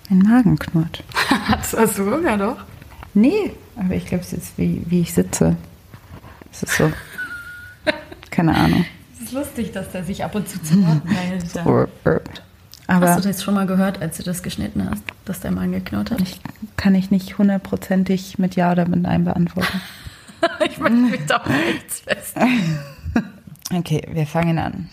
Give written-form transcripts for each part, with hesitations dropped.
Mein Magen knurrt. Hast du Hunger doch? Nee, aber ich glaube, es ist wie ich sitze. Es ist so. Keine Ahnung. Es ist lustig, dass der sich ab und zu Wort meldet. Aber hast du das schon mal gehört, als du das geschnitten hast, dass der Magen geknurrt hat? Kann ich nicht 100%ig mit Ja oder mit Nein beantworten. Ich möchte mich doch nichts fest. Okay, wir fangen an.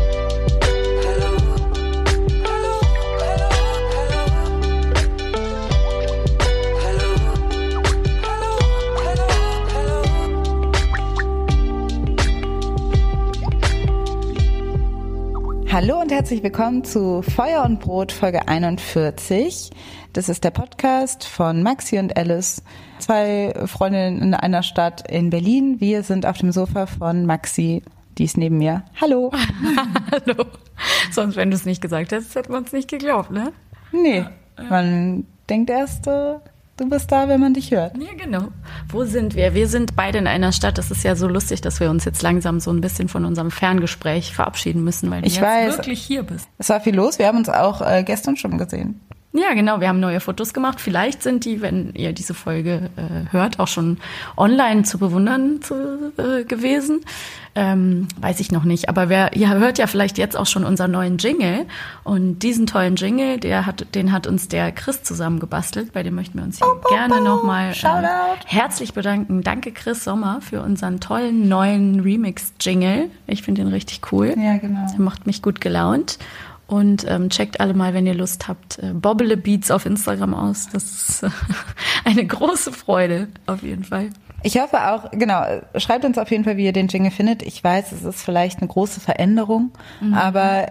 Hallo und herzlich willkommen zu Feuer und Brot Folge 41. Das ist der Podcast von Maxi und Alice, 2 Freundinnen in einer Stadt in Berlin. Wir sind auf dem Sofa von Maxi, die ist neben mir. Hallo. Hallo. Sonst, wenn du es nicht gesagt hättest, hätten wir uns nicht geglaubt, ne? Nee, man denkt erst, du bist da, wenn man dich hört. Ja, genau. Wo sind wir? Wir sind beide in einer Stadt. Das ist ja so lustig, dass wir uns jetzt langsam so ein bisschen von unserem Ferngespräch verabschieden müssen, weil du jetzt wirklich hier bist. Es war viel los. Wir haben uns auch gestern schon gesehen. Ja, genau. Wir haben neue Fotos gemacht. Vielleicht sind die, wenn ihr diese Folge hört, auch schon online zu bewundern gewesen. Weiß ich noch nicht. Aber ihr hört ja vielleicht jetzt auch schon unseren neuen Jingle. Und diesen tollen Jingle, den hat uns der Chris zusammen gebastelt. Bei dem möchten wir uns hier gerne nochmal herzlich bedanken. Danke, Chris Sommer, für unseren tollen neuen Remix-Jingle. Ich finde den richtig cool. Ja, genau. Der macht mich gut gelaunt. Und checkt alle mal, wenn ihr Lust habt, Bobble Beats auf Instagram aus. Das ist eine große Freude, auf jeden Fall. Ich hoffe auch, genau, schreibt uns auf jeden Fall, wie ihr den Jingle findet. Ich weiß, es ist vielleicht eine große Veränderung, aber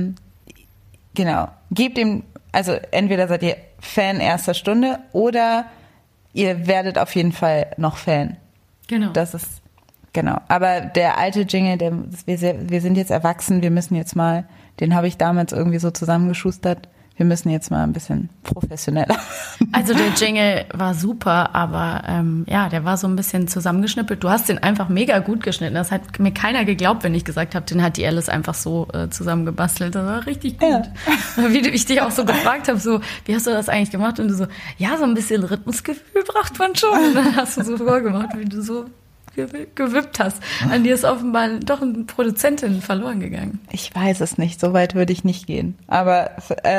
genau, gebt ihm, also entweder seid ihr Fan erster Stunde oder ihr werdet auf jeden Fall noch Fan. Genau. Das ist, genau. Aber der alte Jingle, wir sind jetzt erwachsen, wir müssen jetzt mal, den habe ich damals irgendwie so zusammengeschustert. Wir müssen jetzt mal ein bisschen professioneller. Also der Jingle war super, aber der war so ein bisschen zusammengeschnippelt. Du hast den einfach mega gut geschnitten. Das hat mir keiner geglaubt, wenn ich gesagt habe, den hat die Alice einfach so zusammengebastelt. Das war richtig gut. Ja. Wie ich dich auch so gefragt habe, so, wie hast du das eigentlich gemacht? Und du so, ja, so ein bisschen Rhythmusgefühl braucht man schon. Und dann hast du so vorgemacht, wie du so gewippt hast. An dir ist offenbar doch eine Produzentin verloren gegangen. Ich weiß es nicht, so weit würde ich nicht gehen. Aber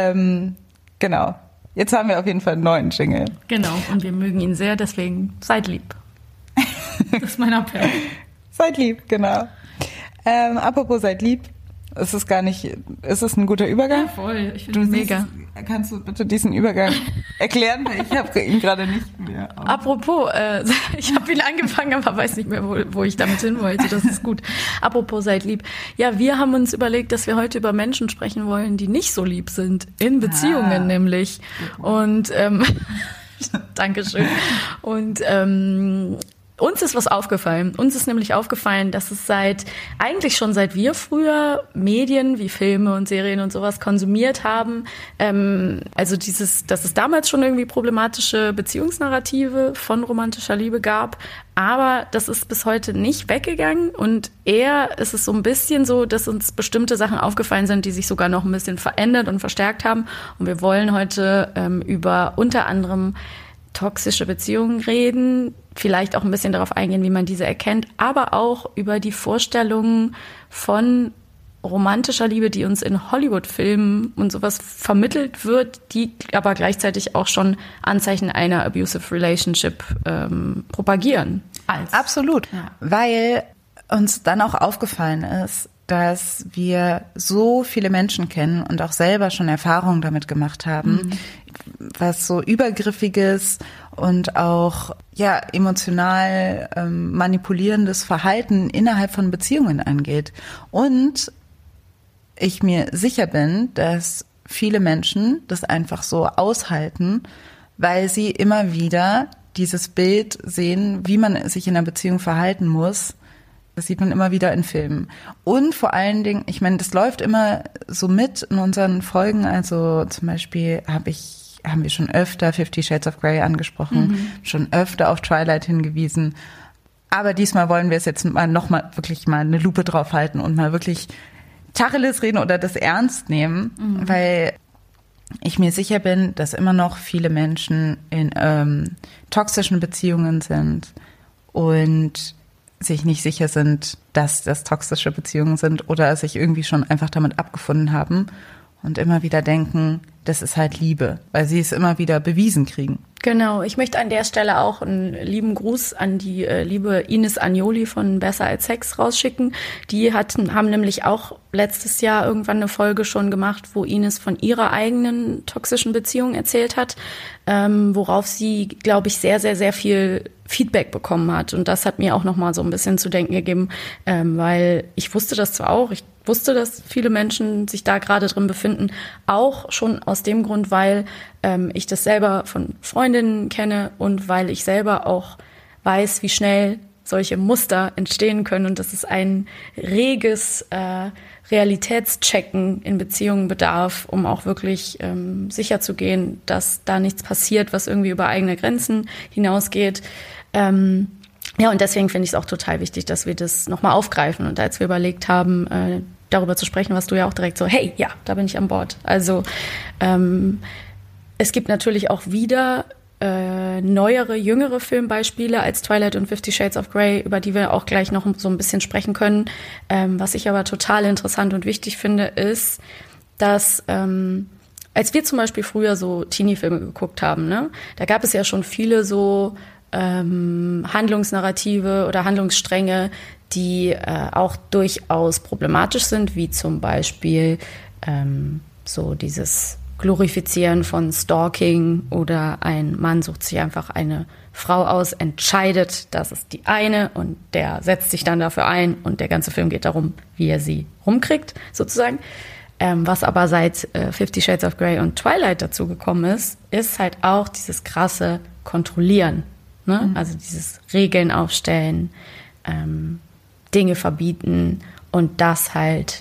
genau, jetzt haben wir auf jeden Fall einen neuen Jingle. Genau, und wir mögen ihn sehr, deswegen seid lieb. Das ist mein Appell. Seid lieb, genau. Apropos seid lieb, ist es ein guter Übergang? Ja, voll, ich finde es mega. Kannst du bitte diesen Übergang erklären? Ich habe ihn gerade nicht mehr. Apropos, ich habe ihn angefangen, aber weiß nicht mehr, wo ich damit hin wollte. Das ist gut. Apropos, seid lieb. Ja, wir haben uns überlegt, dass wir heute über Menschen sprechen wollen, die nicht so lieb sind. In Beziehungen nämlich. Und Dankeschön. Und uns ist was aufgefallen. Uns ist nämlich aufgefallen, dass es eigentlich schon seit wir früher Medien wie Filme und Serien und sowas konsumiert haben, also dass es damals schon irgendwie problematische Beziehungsnarrative von romantischer Liebe gab, aber das ist bis heute nicht weggegangen und eher ist es so ein bisschen so, dass uns bestimmte Sachen aufgefallen sind, die sich sogar noch ein bisschen verändert und verstärkt haben und wir wollen heute über unter anderem toxische Beziehungen reden, vielleicht auch ein bisschen darauf eingehen, wie man diese erkennt, aber auch über die Vorstellungen von romantischer Liebe, die uns in Hollywood-Filmen und sowas vermittelt wird, die aber gleichzeitig auch schon Anzeichen einer abusive relationship propagieren. Absolut, weil uns dann auch aufgefallen ist, dass wir so viele Menschen kennen und auch selber schon Erfahrungen damit gemacht haben, was so übergriffiges und auch emotional manipulierendes Verhalten innerhalb von Beziehungen angeht. Und ich mir sicher bin, dass viele Menschen das einfach so aushalten, weil sie immer wieder dieses Bild sehen, wie man sich in einer Beziehung verhalten muss. Das sieht man immer wieder in Filmen. Und vor allen Dingen, ich meine, das läuft immer so mit in unseren Folgen. Also zum Beispiel haben wir schon öfter 50 Shades of Grey angesprochen, schon öfter auf Twilight hingewiesen. Aber diesmal wollen wir es jetzt wirklich mal eine Lupe drauf halten und mal wirklich Tacheles reden oder das ernst nehmen, weil ich mir sicher bin, dass immer noch viele Menschen in toxischen Beziehungen sind und sich nicht sicher sind, dass das toxische Beziehungen sind oder sich irgendwie schon einfach damit abgefunden haben und immer wieder denken, das ist halt Liebe, weil sie es immer wieder bewiesen kriegen. Genau, ich möchte an der Stelle auch einen lieben Gruß an die liebe Ines Agnoli von Besser als Sex rausschicken. Die haben nämlich auch letztes Jahr irgendwann eine Folge schon gemacht, wo Ines von ihrer eigenen toxischen Beziehung erzählt hat, worauf sie, glaube ich, sehr, sehr, sehr viel Feedback bekommen hat. Und das hat mir auch nochmal so ein bisschen zu denken gegeben, weil ich wusste das zwar auch, ich wusste, dass viele Menschen sich da gerade drin befinden, auch schon aus dem Grund, weil ich das selber von Freundinnen kenne und weil ich selber auch weiß, wie schnell solche Muster entstehen können und dass es ein reges Realitätschecken in Beziehungen bedarf, um auch wirklich sicher zu gehen, dass da nichts passiert, was irgendwie über eigene Grenzen hinausgeht. Ja, und deswegen finde ich es auch total wichtig, dass wir das nochmal aufgreifen. Und als wir überlegt haben, darüber zu sprechen, warst du ja auch direkt so, hey, ja, da bin ich an Bord. Also es gibt natürlich auch wieder neuere, jüngere Filmbeispiele als Twilight und 50 Shades of Grey, über die wir auch gleich noch so ein bisschen sprechen können. Was ich aber total interessant und wichtig finde, ist, dass als wir zum Beispiel früher so Teenie-Filme geguckt haben, ne, da gab es ja schon viele so Handlungsnarrative oder Handlungsstränge, die auch durchaus problematisch sind, wie zum Beispiel so dieses Glorifizieren von Stalking oder ein Mann sucht sich einfach eine Frau aus, entscheidet, das ist die eine und der setzt sich dann dafür ein und der ganze Film geht darum, wie er sie rumkriegt, sozusagen. Was aber seit 50 Shades of Grey und Twilight dazu gekommen ist halt auch dieses krasse Kontrollieren, ne? Mhm. Also dieses Regeln aufstellen, Dinge verbieten und das halt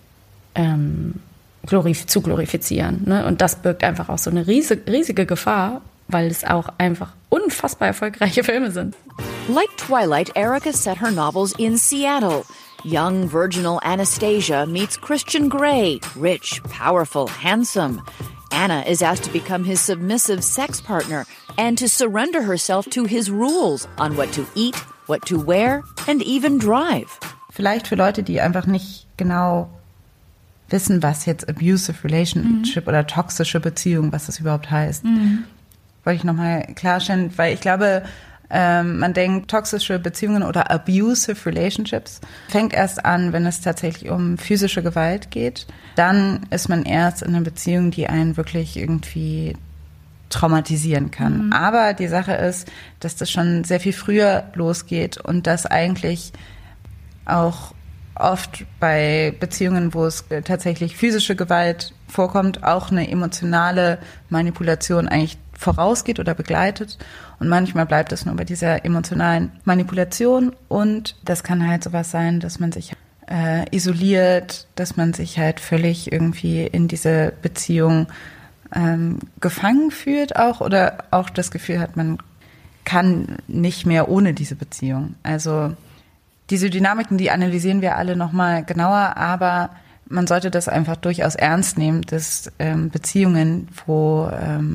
zu glorifizieren. Ne? Und das birgt einfach auch so eine riesige Gefahr, weil es auch einfach unfassbar erfolgreiche Filme sind. Like Twilight, Erica set her novels in Seattle. Young, virginal Anastasia meets Christian Grey, rich, powerful, handsome. Anna is asked to become his submissive sex partner and to surrender herself to his rules on what to eat, what to wear and even drive. Vielleicht für Leute, die einfach nicht genau wissen, was jetzt abusive relationship oder toxische Beziehung, was das überhaupt heißt. Wollte ich nochmal klarstellen, weil ich glaube, man denkt, toxische Beziehungen oder abusive relationships fängt erst an, wenn es tatsächlich um physische Gewalt geht. Dann ist man erst in einer Beziehung, die einen wirklich irgendwie traumatisieren kann. Aber die Sache ist, dass das schon sehr viel früher losgeht und dass eigentlich auch oft bei Beziehungen, wo es tatsächlich physische Gewalt vorkommt, auch eine emotionale Manipulation eigentlich vorausgeht oder begleitet. Und manchmal bleibt es nur bei dieser emotionalen Manipulation. Und das kann halt sowas sein, dass man sich isoliert, dass man sich halt völlig irgendwie in diese Beziehung gefangen fühlt auch oder auch das Gefühl hat, man kann nicht mehr ohne diese Beziehung. Also diese Dynamiken, die analysieren wir alle nochmal genauer, aber man sollte das einfach durchaus ernst nehmen, dass Beziehungen, wo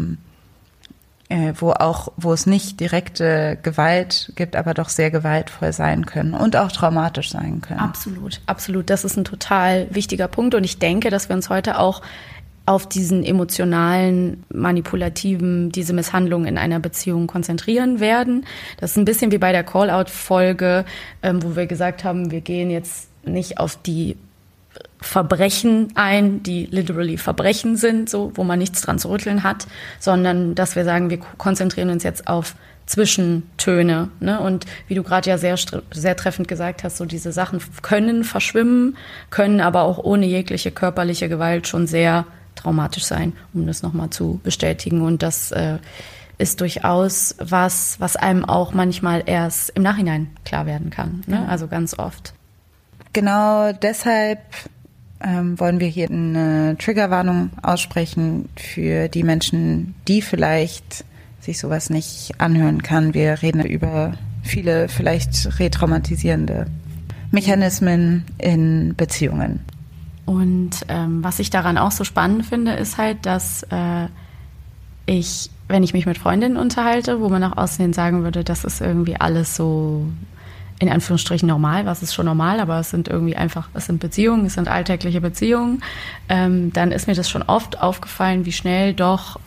es nicht direkte Gewalt gibt, aber doch sehr gewaltvoll sein können und auch traumatisch sein können. Absolut, absolut. Das ist ein total wichtiger Punkt und ich denke, dass wir uns heute auch auf diesen emotionalen, manipulativen, diese Misshandlung in einer Beziehung konzentrieren werden. Das ist ein bisschen wie bei der Call-Out-Folge, wo wir gesagt haben, wir gehen jetzt nicht auf die Verbrechen ein, die literally Verbrechen sind, so, wo man nichts dran zu rütteln hat, sondern dass wir sagen, wir konzentrieren uns jetzt auf Zwischentöne, ne? Und wie du gerade ja sehr treffend gesagt hast, so diese Sachen können verschwimmen, können aber auch ohne jegliche körperliche Gewalt schon sehr traumatisch sein, um das nochmal zu bestätigen. Und das ist durchaus was einem auch manchmal erst im Nachhinein klar werden kann, ne? Ja. Also ganz oft. Genau deshalb wollen wir hier eine Triggerwarnung aussprechen für die Menschen, die vielleicht sich sowas nicht anhören kann. Wir reden über viele vielleicht retraumatisierende Mechanismen in Beziehungen. Und was ich daran auch so spannend finde, ist halt, dass wenn ich mich mit Freundinnen unterhalte, wo man nach außen hin sagen würde, das ist irgendwie alles so in Anführungsstrichen normal, was ist schon normal, aber es sind Beziehungen, es sind alltägliche Beziehungen, dann ist mir das schon oft aufgefallen, wie schnell doch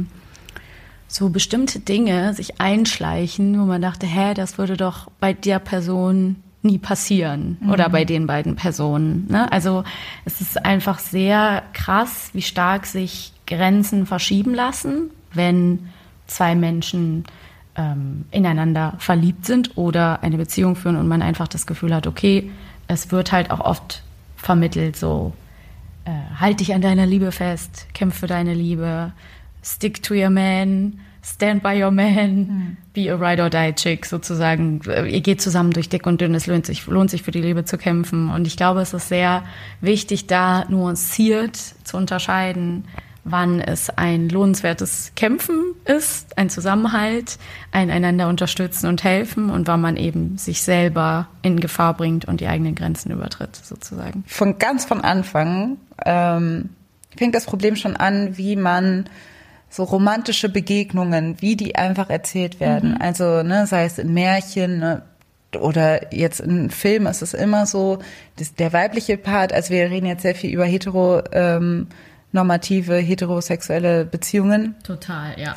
so bestimmte Dinge sich einschleichen, wo man dachte, das würde doch bei der Person nie passieren oder bei den beiden Personen. Ne? Also es ist einfach sehr krass, wie stark sich Grenzen verschieben lassen, wenn zwei Menschen ineinander verliebt sind oder eine Beziehung führen und man einfach das Gefühl hat, okay, es wird halt auch oft vermittelt, so halt dich an deiner Liebe fest, kämpf für deine Liebe, stick to your man, stand by your man, be a ride or die chick sozusagen. Ihr geht zusammen durch dick und dünn, es lohnt sich für die Liebe zu kämpfen. Und ich glaube, es ist sehr wichtig, da nuanciert zu unterscheiden, wann es ein lohnenswertes Kämpfen ist, ein Zusammenhalt, ein einander unterstützen und helfen und wann man eben sich selber in Gefahr bringt und die eigenen Grenzen übertritt, sozusagen. Von Anfang fängt das Problem schon an, wie man so romantische Begegnungen, wie die einfach erzählt werden. Also, sei es in Märchen, oder jetzt in Filmen ist es immer so, der weibliche Part, also wir reden jetzt sehr viel über normative, heterosexuelle Beziehungen. Total, ja.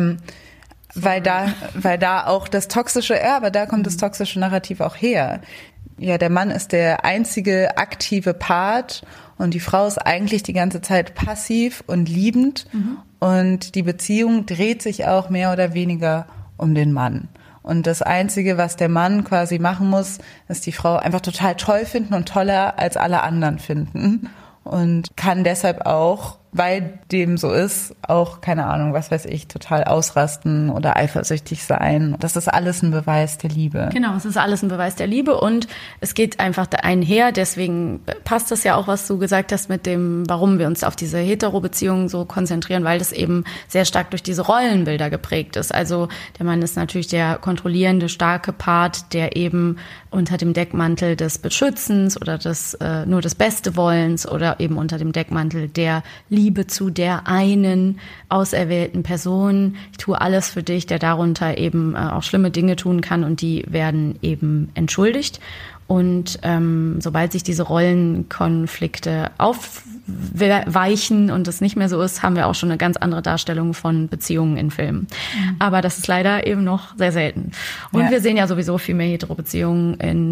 Weil da auch das toxische, aber da kommt das toxische Narrativ auch her. Ja, der Mann ist der einzige aktive Part und die Frau ist eigentlich die ganze Zeit passiv und liebend und die Beziehung dreht sich auch mehr oder weniger um den Mann. Und das Einzige, was der Mann quasi machen muss, ist die Frau einfach total toll finden und toller als alle anderen finden. Und kann deshalb auch, weil dem so ist, auch, keine Ahnung, was weiß ich, total ausrasten oder eifersüchtig sein. Das ist alles ein Beweis der Liebe. Genau, es ist alles ein Beweis der Liebe und es geht einfach einher. Deswegen passt das ja auch, was du gesagt hast mit dem, warum wir uns auf diese Hetero-Beziehungen so konzentrieren, weil das eben sehr stark durch diese Rollenbilder geprägt ist. Also der Mann ist natürlich der kontrollierende, starke Part, der eben unter dem Deckmantel des Beschützens oder nur des Beste Wollens oder eben unter dem Deckmantel der Liebe zu der einen auserwählten Person. Ich tue alles für dich, der darunter eben auch schlimme Dinge tun kann und die werden eben entschuldigt. Und sobald sich diese Rollenkonflikte aufweichen und es nicht mehr so ist, haben wir auch schon eine ganz andere Darstellung von Beziehungen in Filmen. Aber das ist leider eben noch sehr selten. Und wir sehen ja sowieso viel mehr Hetero-Beziehungen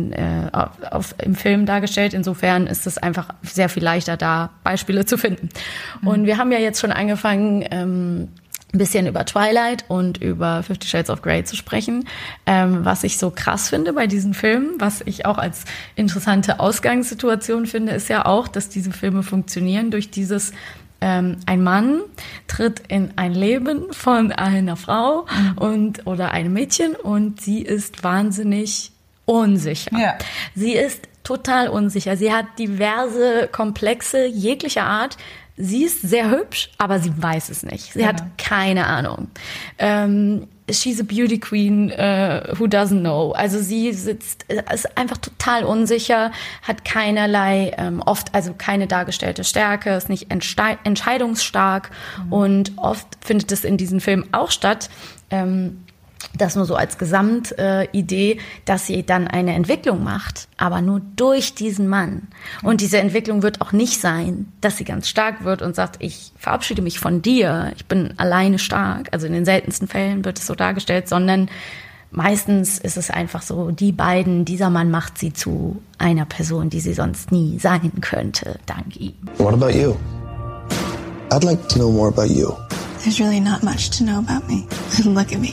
im Film dargestellt. Insofern ist es einfach sehr viel leichter, da Beispiele zu finden. Und wir haben ja jetzt schon angefangen, ein bisschen über Twilight und über 50 Shades of Grey zu sprechen. Was ich so krass finde bei diesen Filmen, was ich auch als interessante Ausgangssituation finde, ist ja auch, dass diese Filme funktionieren durch dieses ein Mann tritt in ein Leben von einer Frau oder einem Mädchen und sie ist wahnsinnig unsicher. Ja. Sie ist total unsicher. Sie hat diverse Komplexe jeglicher Art. Sie ist sehr hübsch, aber sie weiß es nicht. Sie hat keine Ahnung. She's a beauty queen who doesn't know. Also sie ist einfach total unsicher, hat keinerlei, also keine dargestellte Stärke, ist nicht entscheidungsstark und oft findet es in diesen Filmen auch statt, das nur so als Gesamtidee, dass sie dann eine Entwicklung macht, aber nur durch diesen Mann. Und diese Entwicklung wird auch nicht sein, dass sie ganz stark wird und sagt, ich verabschiede mich von dir, ich bin alleine stark. Also in den seltensten Fällen wird es so dargestellt, sondern meistens ist es einfach so, dieser Mann macht sie zu einer Person, die sie sonst nie sein könnte, dank ihm. What about you? I'd like to know more about you. There's really not much to know about me. Look at me.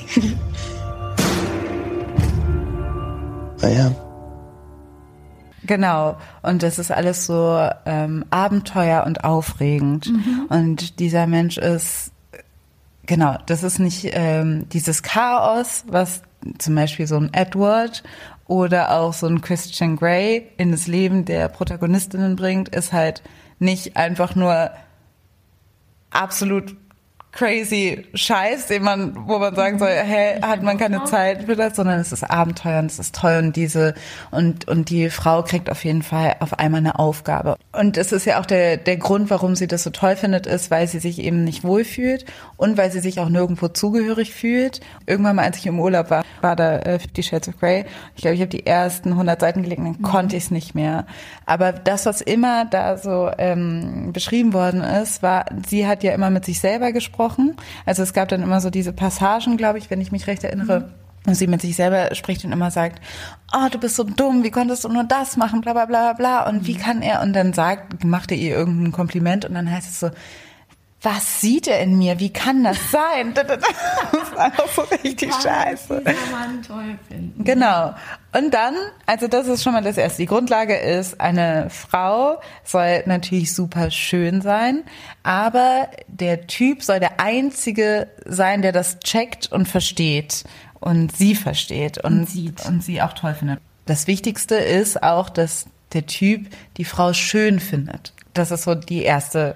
I am. Genau. Und das ist alles so Abenteuer und aufregend. Und dieser Mensch ist, genau, das ist nicht dieses Chaos, was zum Beispiel so ein Edward oder auch so ein Christian Grey in das Leben der Protagonistinnen bringt, ist halt nicht einfach nur absolut crazy Scheiß, wo man sagen soll, hey, hat man keine Zeit für das, sondern es ist Abenteuer und es ist toll und die Frau kriegt auf jeden Fall auf einmal eine Aufgabe. Und es ist ja auch der Grund, warum sie das so toll findet, ist, weil sie sich eben nicht wohlfühlt und weil sie sich auch nirgendwo zugehörig fühlt. Irgendwann mal, als ich im Urlaub war da 50 Shades of Grey. Ich glaube, ich habe die ersten 100 Seiten gelesen, dann konnte ich es nicht mehr. Aber das, was immer da so beschrieben worden ist, war, sie hat ja immer mit sich selber gesprochen. Also es gab dann immer so diese Passagen, glaube ich, wenn ich mich recht erinnere, wo sie mit sich selber spricht und immer sagt, oh, du bist so dumm, wie konntest du nur das machen, bla bla bla bla und wie kann er, und dann macht er ihr irgendein Kompliment und dann heißt es so, was sieht er in mir? Wie kann das sein? Das ist einfach so richtig scheiße. Dieser Mann toll finden. Genau. Und dann, also das ist schon mal das Erste. Die Grundlage ist, eine Frau soll natürlich super schön sein, aber der Typ soll der Einzige sein, der das checkt und versteht und sie versteht und sie auch toll findet. Das Wichtigste ist auch, dass der Typ die Frau schön findet. Das ist so die erste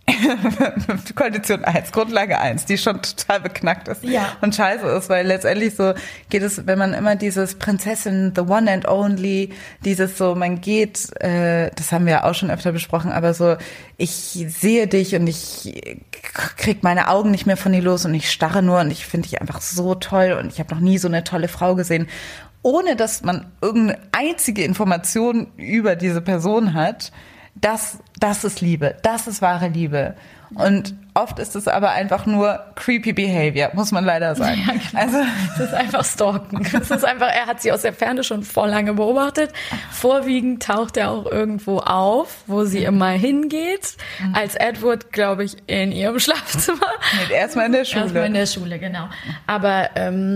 Kondition 1, Grundlage 1, die schon total beknackt ist und scheiße ist, weil letztendlich so geht es, wenn man immer dieses Prinzessin, the one and only, dieses so, man geht, das haben wir ja auch schon öfter besprochen, aber so, ich sehe dich und ich krieg meine Augen nicht mehr von dir los und ich starre nur und ich finde dich einfach so toll und ich habe noch nie so eine tolle Frau gesehen, ohne dass man irgendeine einzige Information über diese Person hat. Das ist Liebe, das ist wahre Liebe. Und oft ist es aber einfach nur creepy behavior, muss man leider sagen. Ja, genau. Also es ist einfach Stalken. Es ist einfach, er hat sie aus der Ferne schon voll lange beobachtet. Vorwiegend taucht er auch irgendwo auf, wo sie immer hingeht. Als Edward, glaube ich, in ihrem Schlafzimmer. Erstmal in der Schule. Erstmal in der Schule, genau. Aber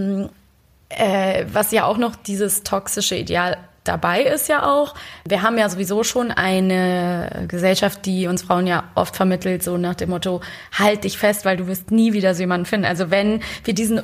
was ja auch noch dieses toxische Ideal dabei ist ja auch, wir haben ja sowieso schon eine Gesellschaft, die uns Frauen ja oft vermittelt, so nach dem Motto, halt dich fest, weil du wirst nie wieder so jemanden finden. Also wenn wir diesen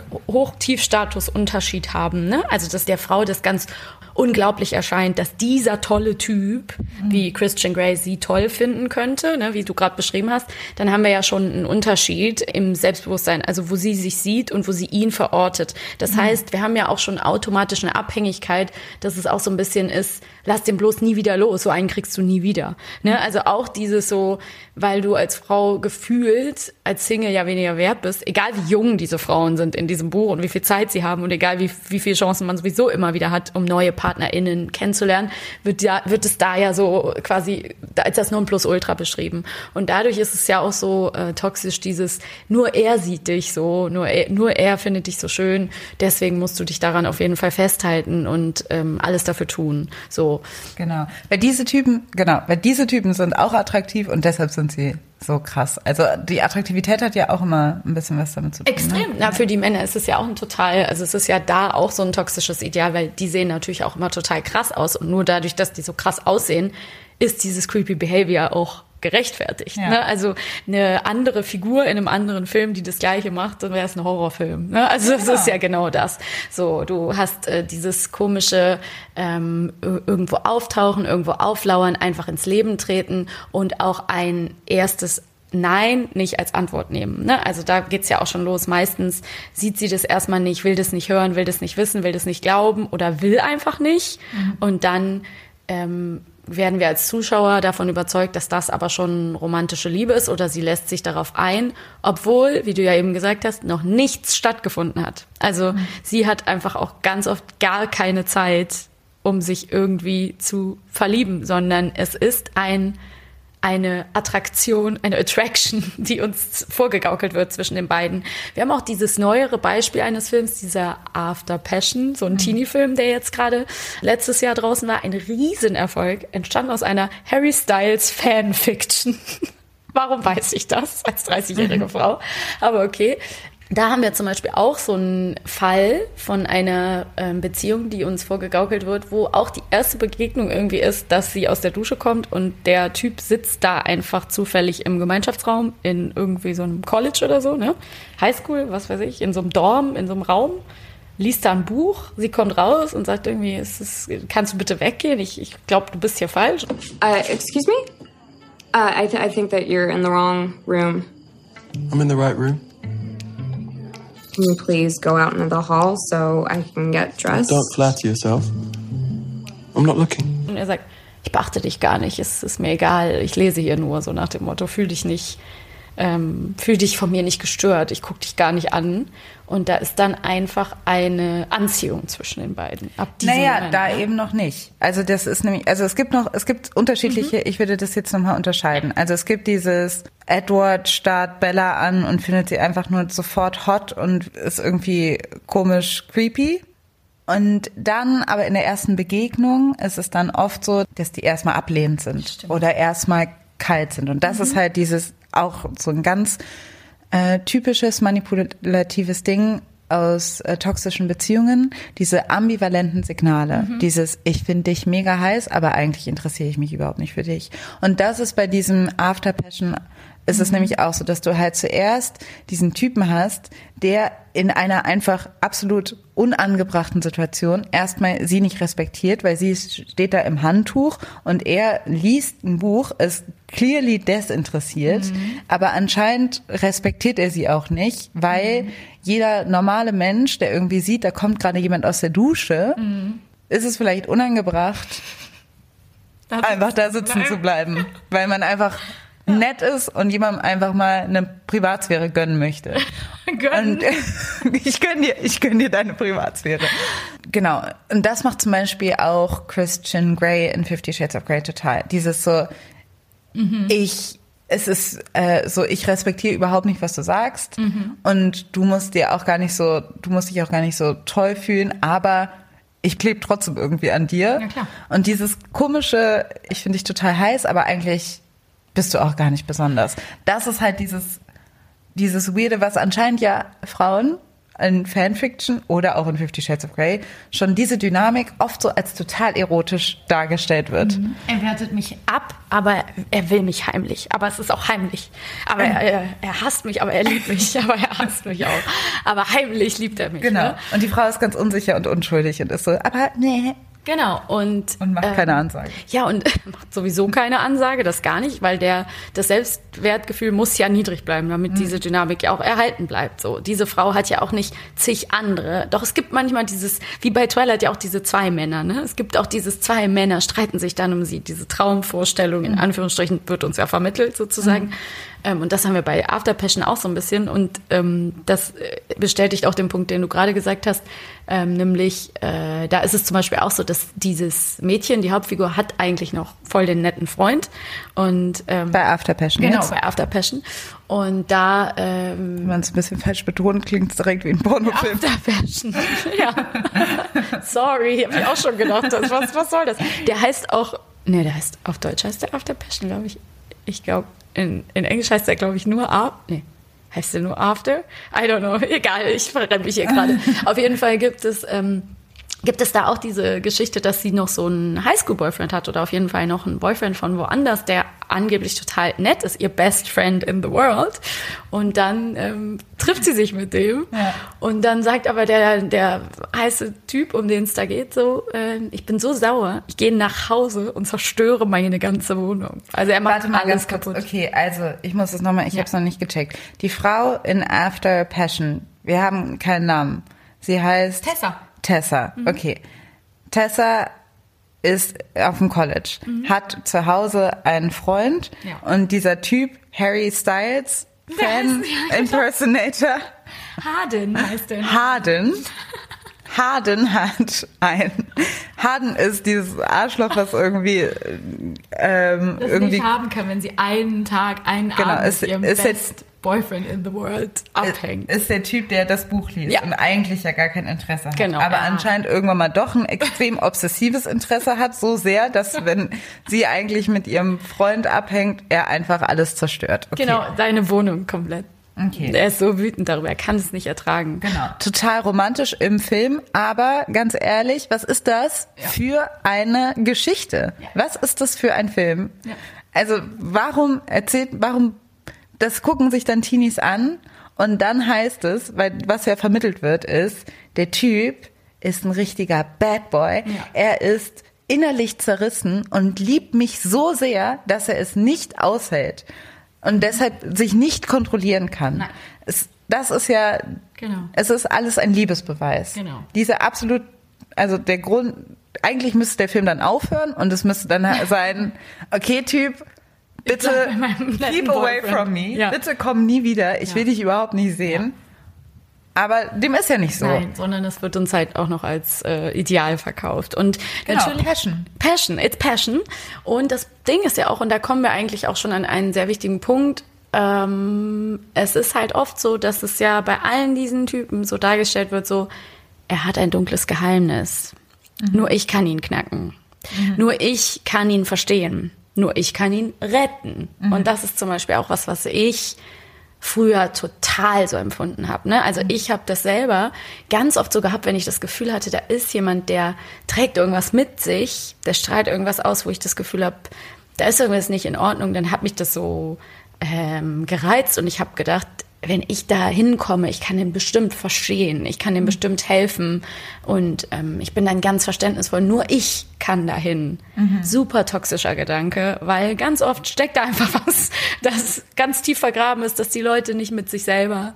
Hoch-Tief-Status-Unterschied haben, ne? Also dass der Frau das ganz unglaublich erscheint, dass dieser tolle Typ, wie Christian Grey, sie toll finden könnte, ne, wie du gerade beschrieben hast, dann haben wir ja schon einen Unterschied im Selbstbewusstsein, also wo sie sich sieht und wo sie ihn verortet. Das heißt, wir haben ja auch schon automatisch eine Abhängigkeit, dass es auch so ein bisschen ist, lass den bloß nie wieder los, so einen kriegst du nie wieder. Ne? Also auch dieses so, weil du als Frau gefühlt als Single ja weniger wert bist, egal wie jung diese Frauen sind in diesem Buch und wie viel Zeit sie haben und egal wie viele Chancen man sowieso immer wieder hat, um neue PartnerInnen kennenzulernen, wird es da ja so quasi als das Nonplusultra beschrieben. Und dadurch ist es ja auch so toxisch, dieses, nur er sieht dich so, nur er findet dich so schön, deswegen musst du dich daran auf jeden Fall festhalten und alles dafür tun. So. Weil diese Typen sind auch attraktiv und deshalb sind sie so krass. Also die Attraktivität hat ja auch immer ein bisschen was damit zu tun. Extrem. Ne? Na, für die Männer ist es ja auch also es ist ja da auch so ein toxisches Ideal, weil die sehen natürlich auch immer total krass aus und nur dadurch, dass die so krass aussehen, ist dieses creepy behavior auch gerechtfertigt. Ja. Ne? Also eine andere Figur in einem anderen Film, die das Gleiche macht, dann wäre es ein Horrorfilm. Ne? Also es ist ja genau das. So, du hast dieses komische irgendwo auftauchen, irgendwo auflauern, einfach ins Leben treten und auch ein erstes Nein nicht als Antwort nehmen. Ne? Also da geht's ja auch schon los. Meistens sieht sie das erstmal nicht, will das nicht hören, will das nicht wissen, will das nicht glauben oder will einfach nicht. Und dann werden wir als Zuschauer davon überzeugt, dass das aber schon romantische Liebe ist oder sie lässt sich darauf ein, obwohl, wie du ja eben gesagt hast, noch nichts stattgefunden hat. Also sie hat einfach auch ganz oft gar keine Zeit, um sich irgendwie zu verlieben, sondern es ist eine Attraktion, eine Attraction, die uns vorgegaukelt wird zwischen den beiden. Wir haben auch dieses neuere Beispiel eines Films, dieser After Passion, so ein Teenie-Film, der jetzt gerade letztes Jahr draußen war, ein Riesenerfolg, entstanden aus einer Harry Styles Fanfiction. Warum weiß ich das als 30-jährige Frau? Aber okay. Da haben wir zum Beispiel auch so einen Fall von einer Beziehung, die uns vorgegaukelt wird, wo auch die erste Begegnung irgendwie ist, dass sie aus der Dusche kommt und der Typ sitzt da einfach zufällig im Gemeinschaftsraum in irgendwie so einem College oder so, ne? Highschool, was weiß ich, in so einem Dorm, in so einem Raum, liest da ein Buch, sie kommt raus und sagt irgendwie, kannst du bitte weggehen? Ich glaube, du bist hier falsch. Excuse me? I think that you're in the wrong room. I'm in the right room. Can you please go out into the hall so I can get dressed? Don't flatter yourself. I'm not looking. Und er sagt, ich beachte dich gar nicht, es ist mir egal, ich lese hier nur, so nach dem Motto, fühl dich von mir nicht gestört, ich gucke dich gar nicht an. Und da ist dann einfach eine Anziehung zwischen den beiden. Ab diesem Moment, da eben noch nicht. Also das ist nämlich, also es gibt unterschiedliche, ich würde das jetzt nochmal unterscheiden. Also es gibt dieses, Edward starrt Bella an und findet sie einfach nur sofort hot und ist irgendwie komisch creepy. Und dann, aber in der ersten Begegnung ist es dann oft so, dass die erstmal ablehnend sind oder erstmal kalt sind. Und das ist halt dieses, auch so ein ganz typisches manipulatives Ding aus toxischen Beziehungen, diese ambivalenten Signale, dieses ich finde dich mega heiß, aber eigentlich interessiere ich mich überhaupt nicht für dich. Und das ist bei diesem After Passion, ist es nämlich auch so, dass du halt zuerst diesen Typen hast, der in einer einfach absolut unangebrachten Situation erstmal sie nicht respektiert, weil sie steht da im Handtuch und er liest ein Buch, ist clearly desinteressiert, aber anscheinend respektiert er sie auch nicht, weil jeder normale Mensch, der irgendwie sieht, da kommt gerade jemand aus der Dusche, ist es vielleicht unangebracht, einfach da sitzen zu bleiben, weil man einfach nett ist und jemandem einfach mal eine Privatsphäre gönnen möchte. Und ich gönn dir deine Privatsphäre. Genau. Und das macht zum Beispiel auch Christian Grey in 50 Shades of Grey total. Dieses so, ich respektiere überhaupt nicht, was du sagst. Und du musst dich auch gar nicht so toll fühlen, aber ich klebe trotzdem irgendwie an dir. Ja, klar. Und dieses komische, ich finde dich total heiß, aber eigentlich bist du auch gar nicht besonders. Das ist halt dieses Weirde, was anscheinend ja Frauen in Fanfiction oder auch in 50 Shades of Grey schon diese Dynamik oft so als total erotisch dargestellt wird. Er wertet mich ab, aber er will mich heimlich. Aber es ist auch heimlich. Aber er hasst mich, aber er liebt mich. Aber er hasst mich auch. Aber heimlich liebt er mich. Genau. Ne? Und die Frau ist ganz unsicher und unschuldig und ist so, aber nee. Genau. Und macht keine Ansage. Ja, und macht sowieso keine Ansage, das gar nicht, weil das Selbstwertgefühl muss ja niedrig bleiben, damit diese Dynamik ja auch erhalten bleibt. So, diese Frau hat ja auch nicht zig andere. Doch es gibt manchmal wie bei Twilight ja auch diese zwei Männer, ne? Es gibt auch zwei Männer, streiten sich dann um sie. Diese Traumvorstellung, in Anführungsstrichen, wird uns ja vermittelt sozusagen. Und das haben wir bei After Passion auch so ein bisschen. Und das bestätigt auch den Punkt, den du gerade gesagt hast. Nämlich, da ist es zum Beispiel auch so, dass dieses Mädchen, die Hauptfigur, hat eigentlich noch voll den netten Freund. Und bei After Passion. Genau, jetzt? bei After Passion. Und da wenn man es ein bisschen falsch betont, klingt es direkt wie ein Pornofilm. After Passion. Ja. Sorry, habe ich auch schon gedacht. Was soll das? Der heißt auch, auf Deutsch heißt der After Passion, glaube ich. Ich glaube, in Englisch heißt der, glaube ich, nur heißt der nur After? I don't know. Egal, ich verrenne mich hier gerade. Auf jeden Fall gibt es da auch diese Geschichte, dass sie noch so einen Highschool-Boyfriend hat oder auf jeden Fall noch einen Boyfriend von woanders, der angeblich total nett ist, ihr Best Friend in the world. Und dann trifft sie sich mit dem. Ja. Und dann sagt aber der heiße Typ, um den es da geht, so, ich bin so sauer, ich gehe nach Hause und zerstöre meine ganze Wohnung. Also er macht alles kaputt. Okay, also ich muss das nochmal, ich habe es noch nicht gecheckt. Die Frau in After Passion, wir haben keinen Namen. Sie heißt Tessa, okay. Tessa ist auf dem College, hat zu Hause einen Freund und dieser Typ, Harry Styles, Fan-Impersonator. Harden heißt der. Harden ist dieses Arschloch, was irgendwie nicht haben kann, wenn sie einen Abend mit ihrem Best Boyfriend in the world abhängt. Ist der Typ, der das Buch liest und eigentlich ja gar kein Interesse hat. Genau, aber anscheinend irgendwann mal doch ein extrem obsessives Interesse hat, so sehr, dass wenn sie eigentlich mit ihrem Freund abhängt, er einfach alles zerstört. Okay. Genau, seine Wohnung komplett. Okay. Er ist so wütend darüber, er kann es nicht ertragen. Genau. Total romantisch im Film, aber ganz ehrlich, was ist das für eine Geschichte? Ja. Was ist das für ein Film? Ja. Also warum das gucken sich dann Teenies an und dann heißt es, weil was ja vermittelt wird, ist, der Typ ist ein richtiger Bad Boy. Ja. Er ist innerlich zerrissen und liebt mich so sehr, dass er es nicht aushält und deshalb sich nicht kontrollieren kann. das ist ja, es ist alles ein Liebesbeweis. Genau. Diese absolut, also der Grund, eigentlich müsste der Film dann aufhören und es müsste dann sein, okay, Typ, bitte keep away from me, bitte komm nie wieder, ich will dich überhaupt nicht sehen. Aber dem ist ja nicht so. Nein, sondern es wird uns halt auch noch als Ideal verkauft. Und natürlich Passion, it's Passion. Und das Ding ist ja auch, und da kommen wir eigentlich auch schon an einen sehr wichtigen Punkt, es ist halt oft so, dass es ja bei allen diesen Typen so dargestellt wird, so, er hat ein dunkles Geheimnis. Nur ich kann ihn knacken. Nur ich kann ihn verstehen. Nur ich kann ihn retten. Und das ist zum Beispiel auch was ich früher total so empfunden habe. Ne? Also ich habe das selber ganz oft so gehabt, wenn ich das Gefühl hatte, da ist jemand, der trägt irgendwas mit sich, der strahlt irgendwas aus, wo ich das Gefühl habe, da ist irgendwas nicht in Ordnung, dann hat mich das so gereizt und ich habe gedacht, wenn ich da hinkomme, ich kann den bestimmt verstehen, ich kann dem bestimmt helfen und ich bin dann ganz verständnisvoll, nur ich kann dahin. Super toxischer Gedanke, weil ganz oft steckt da einfach was, das ganz tief vergraben ist, dass die Leute nicht mit sich selber,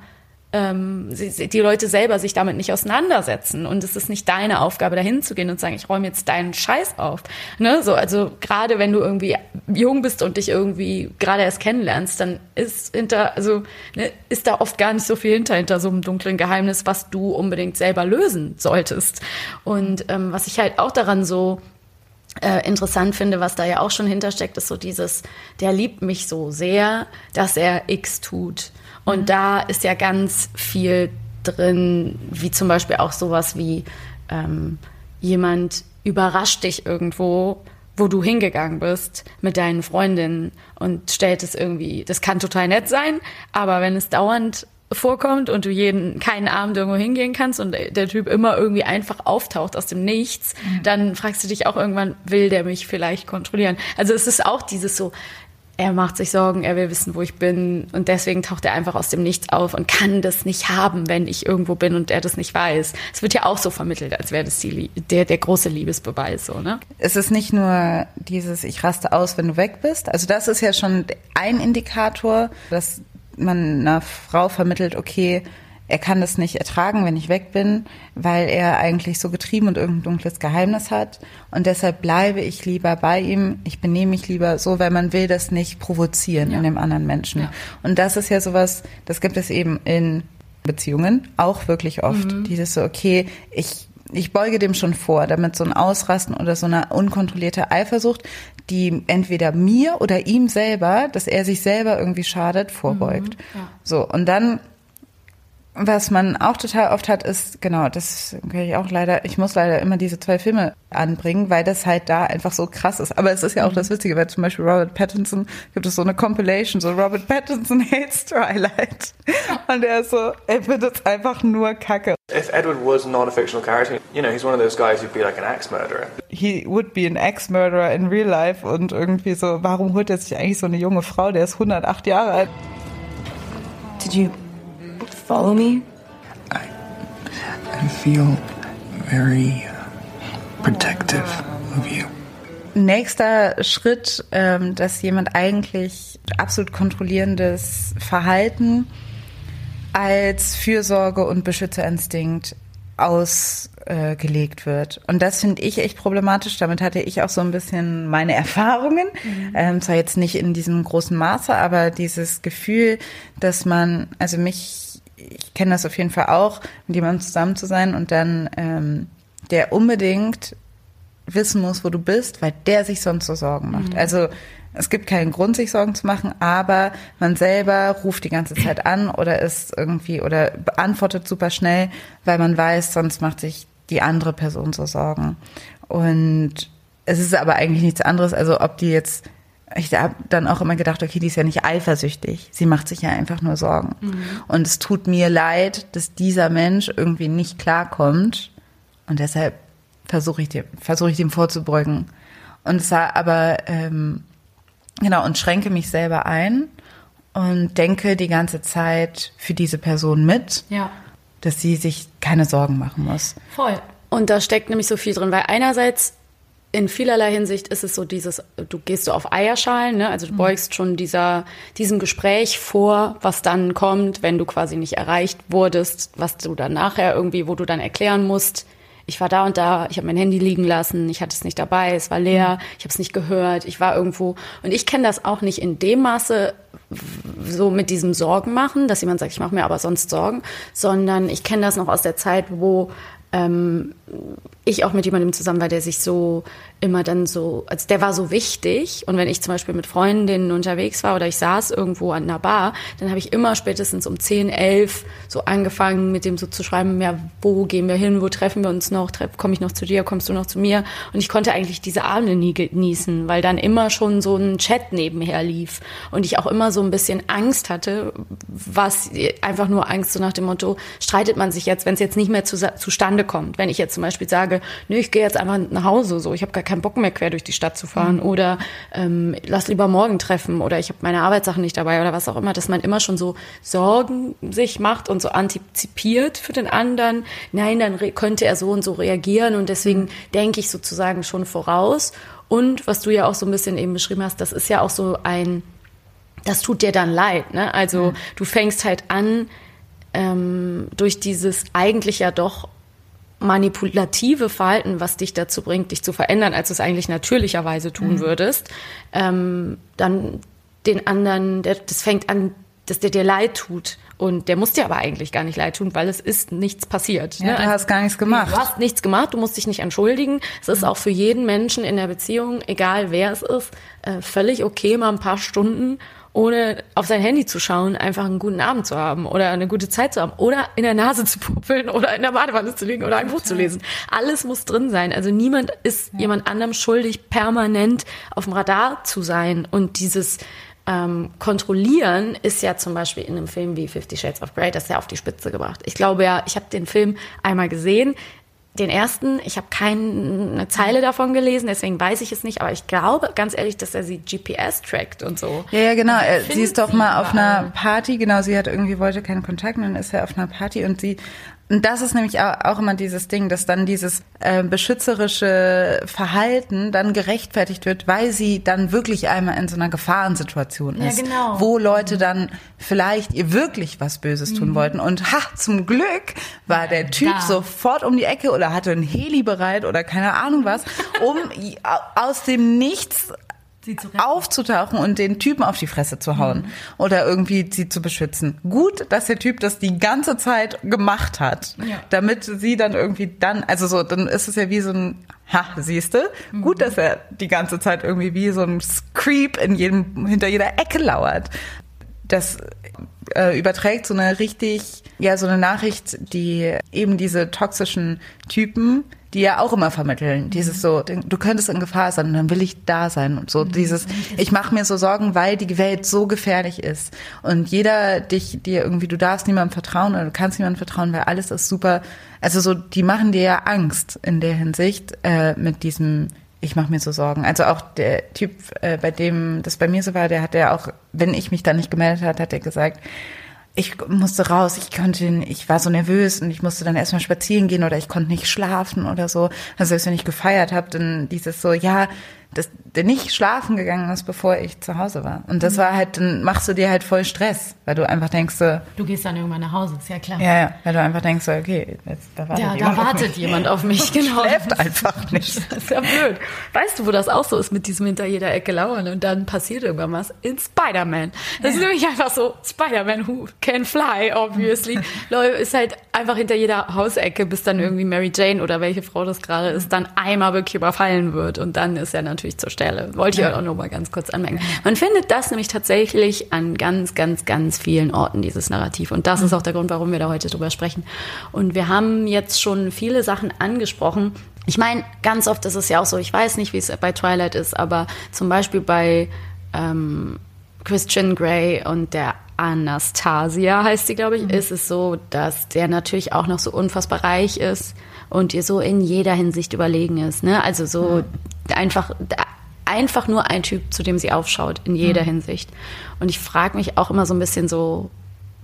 die Leute selber sich damit nicht auseinandersetzen und es ist nicht deine Aufgabe, dahin zu gehen und sagen, ich räume jetzt deinen Scheiß auf. Ne? So, also gerade wenn du irgendwie jung bist und dich irgendwie gerade erst kennenlernst, dann ist ist da oft gar nicht so viel hinter so einem dunklen Geheimnis, was du unbedingt selber lösen solltest. Und was ich halt auch daran so interessant finde, was da ja auch schon hintersteckt, ist so dieses, der liebt mich so sehr, dass er X tut. Und da ist ja ganz viel drin, wie zum Beispiel auch sowas wie jemand überrascht dich irgendwo, wo du hingegangen bist mit deinen Freundinnen und stellt es irgendwie, das kann total nett sein, aber wenn es dauernd vorkommt und du keinen Abend irgendwo hingehen kannst und der Typ immer irgendwie einfach auftaucht aus dem Nichts, dann fragst du dich auch irgendwann, will der mich vielleicht kontrollieren? Also es ist auch dieses so, er macht sich Sorgen, er will wissen, wo ich bin und deswegen taucht er einfach aus dem Nichts auf und kann das nicht haben, wenn ich irgendwo bin und er das nicht weiß. Es wird ja auch so vermittelt, als wäre das der große Liebesbeweis. So, ne? Es ist nicht nur dieses, ich raste aus, wenn du weg bist. Also das ist ja schon ein Indikator, dass man einer Frau vermittelt, okay, er kann das nicht ertragen, wenn ich weg bin, weil er eigentlich so getrieben und irgendein dunkles Geheimnis hat. Und deshalb bleibe ich lieber bei ihm. Ich benehme mich lieber so, weil man will das nicht provozieren in dem anderen Menschen. Ja. Und das ist ja sowas, das gibt es eben in Beziehungen auch wirklich oft. Dieses so, okay, ich beuge dem schon vor, damit so ein Ausrasten oder so eine unkontrollierte Eifersucht, die entweder mir oder ihm selber, dass er sich selber irgendwie schadet, vorbeugt. Ja. So, und dann, was man auch total oft hat, ist, genau, das kann ich auch leider, ich muss leider immer diese 2 Filme anbringen, weil das halt da einfach so krass ist. Aber es ist ja auch das Witzige, weil zum Beispiel Robert Pattinson, gibt es so eine Compilation, so Robert Pattinson hates Twilight. Und er ist so, er findet es einfach nur Kacke. If Edward was not a fictional character, you know, he's one of those guys who'd be like an axe murderer. He would be an axe murderer in real life und irgendwie so, warum holt er sich eigentlich so eine junge Frau, der ist 108 Jahre alt. Did you follow me? I feel very protective of you. Nächster Schritt, dass jemand eigentlich absolut kontrollierendes Verhalten als Fürsorge und Beschützerinstinkt ausgelegt wird. Und das finde ich echt problematisch. Damit hatte ich auch so ein bisschen meine Erfahrungen. Zwar jetzt nicht in diesem großen Maße, aber dieses Gefühl, dass man, also ich kenne das auf jeden Fall auch, mit jemandem zusammen zu sein und dann der unbedingt wissen muss, wo du bist, weil der sich sonst so Sorgen macht. Also es gibt keinen Grund, sich Sorgen zu machen, aber man selber ruft die ganze Zeit an oder ist irgendwie oder beantwortet super schnell, weil man weiß, sonst macht sich die andere Person so Sorgen. Und es ist aber eigentlich nichts anderes, also ob die jetzt, ich habe dann auch immer gedacht, okay, die ist ja nicht eifersüchtig, sie macht sich ja einfach nur Sorgen. Und es tut mir leid, dass dieser Mensch irgendwie nicht klarkommt und deshalb versuche ich dem vorzubeugen. Und es war aber genau, und schränke mich selber ein und denke die ganze Zeit für diese Person mit, dass sie sich keine Sorgen machen muss. Voll. Und da steckt nämlich so viel drin, weil einerseits in vielerlei Hinsicht ist es so du gehst so auf Eierschalen, ne? Also du beugst schon diesem Gespräch vor, was dann kommt, wenn du quasi nicht erreicht wurdest, was du dann nachher irgendwie, wo du dann erklären musst, ich war da und da, ich habe mein Handy liegen lassen, ich hatte es nicht dabei, es war leer, ich habe es nicht gehört, ich war irgendwo. Und ich kenne das auch nicht in dem Maße so mit diesem Sorgen machen, dass jemand sagt, ich mache mir aber sonst Sorgen, sondern ich kenne das noch aus der Zeit, wo ich auch mit jemandem zusammen war, der sich so immer dann so, also der war so wichtig, und wenn ich zum Beispiel mit Freundinnen unterwegs war oder ich saß irgendwo an einer Bar, dann habe ich immer spätestens um 10, 11 so angefangen, mit dem so zu schreiben, ja, wo gehen wir hin, wo treffen wir uns noch, komme ich noch zu dir, kommst du noch zu mir? Und ich konnte eigentlich diese Abende nie genießen, weil dann immer schon so ein Chat nebenher lief und ich auch immer so ein bisschen Angst hatte, was einfach nur Angst so nach dem Motto, streitet man sich jetzt, wenn es jetzt nicht mehr zustande kommt. Wenn ich jetzt zum Beispiel sage, nö, ich gehe jetzt einfach nach Hause, so, ich habe gar keinen Bock mehr, quer durch die Stadt zu fahren, oder lass lieber morgen treffen, oder ich habe meine Arbeitssachen nicht dabei oder was auch immer, dass man immer schon so Sorgen sich macht und so antizipiert für den anderen. Nein, dann könnte er so und so reagieren, und deswegen denke ich sozusagen schon voraus. Und was du ja auch so ein bisschen eben beschrieben hast, das ist ja auch so das tut dir dann leid, ne? Also du fängst halt an, durch dieses eigentlich ja doch manipulative Verhalten, was dich dazu bringt, dich zu verändern, als du es eigentlich natürlicherweise tun würdest, dann den anderen, das fängt an, dass der dir leid tut. Und der muss dir aber eigentlich gar nicht leid tun, weil es ist nichts passiert. Ja, du hast gar nichts gemacht. Du hast nichts gemacht, du musst dich nicht entschuldigen. Es ist auch für jeden Menschen in der Beziehung, egal wer es ist, völlig okay, mal ein paar Stunden ohne auf sein Handy zu schauen, einfach einen guten Abend zu haben oder eine gute Zeit zu haben oder in der Nase zu puppeln oder in der Badewanne zu liegen oder ein Buch zu lesen. Alles muss drin sein. Also niemand ist jemand anderem schuldig, permanent auf dem Radar zu sein. Und dieses Kontrollieren ist ja zum Beispiel in einem Film wie 50 Shades of Grey, das ist ja auf die Spitze gebracht. Ich glaube ja, ich habe den Film einmal gesehen, den ersten, ich habe keine Zeile davon gelesen, deswegen weiß ich es nicht, aber ich glaube, ganz ehrlich, dass er sie GPS trackt und so. Ja, genau. Sie ist doch mal auf einer Party, genau, sie wollte keinen Kontakt, und dann ist er auf einer Party, und das ist nämlich auch immer dieses Ding, dass dann dieses beschützerische Verhalten dann gerechtfertigt wird, weil sie dann wirklich einmal in so einer Gefahrensituation ist, ja, genau. Wo Leute dann vielleicht ihr wirklich was Böses tun wollten. Und zum Glück war der Typ sofort um die Ecke oder hatte einen Heli bereit oder keine Ahnung was, um aus dem Nichts aufzutauchen und den Typen auf die Fresse zu hauen oder irgendwie sie zu beschützen. Gut, dass der Typ das die ganze Zeit gemacht hat, damit sie dann irgendwie dann ist es ja wie so ein, siehste, gut, dass er die ganze Zeit irgendwie wie so ein Creep hinter jeder Ecke lauert. Das überträgt so eine Nachricht, die eben diese toxischen Typen, die ja auch immer vermitteln, dieses so, du könntest in Gefahr sein, und dann will ich da sein, und so dieses, ich mache mir so Sorgen, weil die Welt so gefährlich ist, und dir irgendwie, du darfst niemandem vertrauen oder du kannst niemandem vertrauen, weil alles ist super, also so, die machen dir ja Angst in der Hinsicht, mit diesem, ich mache mir so Sorgen. Also auch der Typ, bei dem das bei mir so war, der hat ja auch, wenn ich mich da nicht gemeldet hat er gesagt, ich musste raus, ich war so nervös und ich musste dann erstmal spazieren gehen oder ich konnte nicht schlafen oder so. Also selbst wenn ich gefeiert habe, dann dieses so, dass der nicht schlafen gegangen ist, bevor ich zu Hause war. Und das war halt, dann machst du dir halt voll Stress, weil du einfach denkst so... Du gehst dann irgendwann nach Hause, ist ja klar. Ja, weil du einfach denkst so, okay, da wartet jemand auf mich, genau. Schläft einfach nicht. Das ist ja blöd. Weißt du, wo das auch so ist mit diesem hinter jeder Ecke lauern und dann passiert irgendwann was? In Spider-Man. Das ist nämlich einfach so, Spider-Man, who can fly, obviously. Ist halt einfach hinter jeder Hausecke, bis dann irgendwie Mary Jane oder welche Frau das gerade ist, dann einmal wirklich überfallen wird, und dann ist er natürlich zur Stelle. Wollte ich auch noch mal ganz kurz anmerken. Man findet das nämlich tatsächlich an ganz, ganz, ganz vielen Orten, dieses Narrativ. Und das ist auch der Grund, warum wir da heute drüber sprechen. Und wir haben jetzt schon viele Sachen angesprochen. Ich meine, ganz oft ist es ja auch so, ich weiß nicht, wie es bei Twilight ist, aber zum Beispiel bei Christian Grey und der Anastasia heißt sie, glaube ich, ist es so, dass der natürlich auch noch so unfassbar reich ist und ihr so in jeder Hinsicht überlegen ist. Ne? Also so einfach nur ein Typ, zu dem sie aufschaut, in jeder Hinsicht. Und ich frage mich auch immer so ein bisschen so,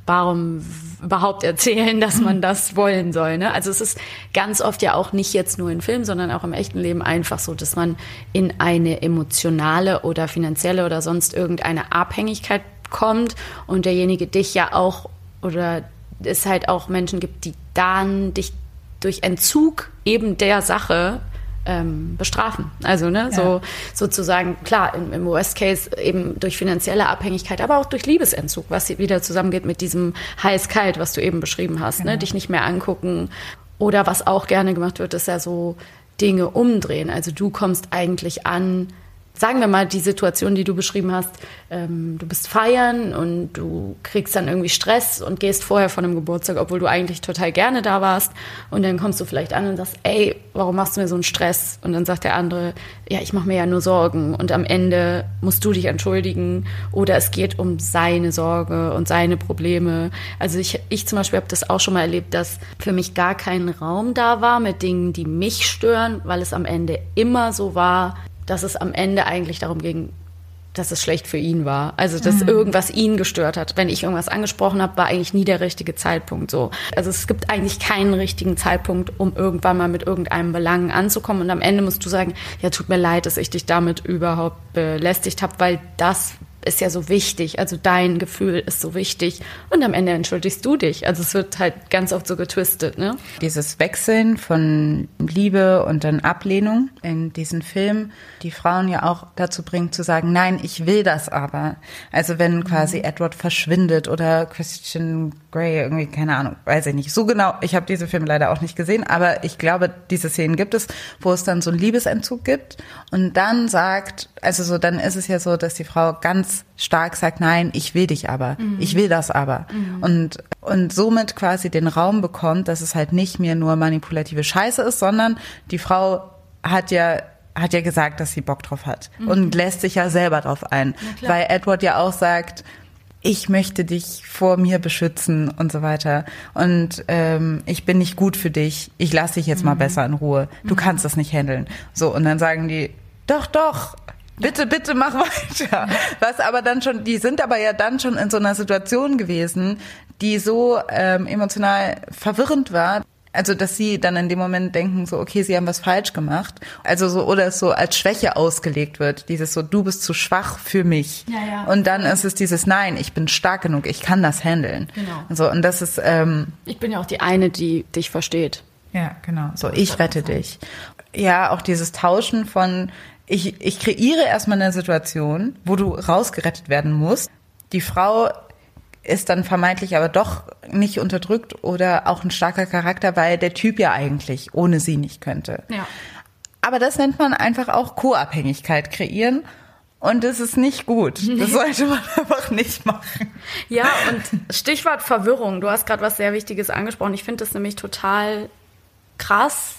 warum überhaupt erzählen, dass man das wollen soll, ne? Also es ist ganz oft ja auch nicht jetzt nur in Filmen, sondern auch im echten Leben einfach so, dass man in eine emotionale oder finanzielle oder sonst irgendeine Abhängigkeit kommt und derjenige dich ja auch, oder es halt auch Menschen gibt, die dann dich durch Entzug eben der Sache bestrafen. Also so sozusagen, klar, im Worst Case eben durch finanzielle Abhängigkeit, aber auch durch Liebesentzug, was wieder zusammengeht mit diesem heiß-kalt, was du eben beschrieben hast, ne? Dich nicht mehr angucken. Oder was auch gerne gemacht wird, ist ja so Dinge umdrehen. Also du kommst eigentlich an, sagen wir mal die Situation, die du beschrieben hast, du bist feiern und du kriegst dann irgendwie Stress und gehst vorher von einem Geburtstag, obwohl du eigentlich total gerne da warst, und dann kommst du vielleicht an und sagst, ey, warum machst du mir so einen Stress? Und dann sagt der andere, ja, ich mache mir ja nur Sorgen, und am Ende musst du dich entschuldigen, oder es geht um seine Sorge und seine Probleme. Also ich zum Beispiel habe das auch schon mal erlebt, dass für mich gar kein Raum da war mit Dingen, die mich stören, weil es am Ende immer so war, dass es am Ende eigentlich darum ging, dass es schlecht für ihn war. Also, dass irgendwas ihn gestört hat. Wenn ich irgendwas angesprochen habe, war eigentlich nie der richtige Zeitpunkt so. Also, es gibt eigentlich keinen richtigen Zeitpunkt, um irgendwann mal mit irgendeinem Belang anzukommen. Und am Ende musst du sagen, ja, tut mir leid, dass ich dich damit überhaupt belästigt habe, weil das ist ja so wichtig. Also dein Gefühl ist so wichtig. Und am Ende entschuldigst du dich. Also es wird halt ganz oft so getwistet, ne? Dieses Wechseln von Liebe und dann Ablehnung in diesen Film, die Frauen ja auch dazu bringt zu sagen, nein, ich will das aber. Also wenn quasi Edward verschwindet oder Christian Grey irgendwie, keine Ahnung, weiß ich nicht. So genau, ich habe diese Filme leider auch nicht gesehen, aber ich glaube, diese Szenen gibt es, wo es dann so einen Liebesentzug gibt und dann sagt, also so, dann ist es ja so, dass die Frau ganz stark sagt, nein, ich will dich aber, ich will das aber. Und somit quasi den Raum bekommt, dass es halt nicht mehr nur manipulative Scheiße ist, sondern die Frau hat ja gesagt, dass sie Bock drauf hat und lässt sich ja selber drauf ein. Weil Edward ja auch sagt, ich möchte dich vor mir beschützen und so weiter. Und ich bin nicht gut für dich. Ich lasse dich jetzt mal besser in Ruhe. Du kannst das nicht handeln. So, und dann sagen die, doch, bitte, mach weiter. Was aber dann schon, die sind aber ja dann schon in so einer Situation gewesen, die so emotional verwirrend war. Also, dass sie dann in dem Moment denken, so, okay, sie haben was falsch gemacht. Also so, oder es so als Schwäche ausgelegt wird. Dieses so, du bist zu schwach für mich. Ja. Und dann ist es dieses, nein, ich bin stark genug, ich kann das handeln. Genau. So, und das ist, ich bin ja auch die eine, die dich versteht. Ja, genau. So, ich rette dich. Ja, auch dieses Tauschen von, ich kreiere erstmal eine Situation, wo du rausgerettet werden musst. Die Frau ist dann vermeintlich aber doch nicht unterdrückt oder auch ein starker Charakter, weil der Typ ja eigentlich ohne sie nicht könnte. Ja. Aber das nennt man einfach auch Co-Abhängigkeit kreieren. Und das ist nicht gut. Das sollte man einfach nicht machen. Ja, und Stichwort Verwirrung. Du hast gerade was sehr Wichtiges angesprochen. Ich finde das nämlich total krass,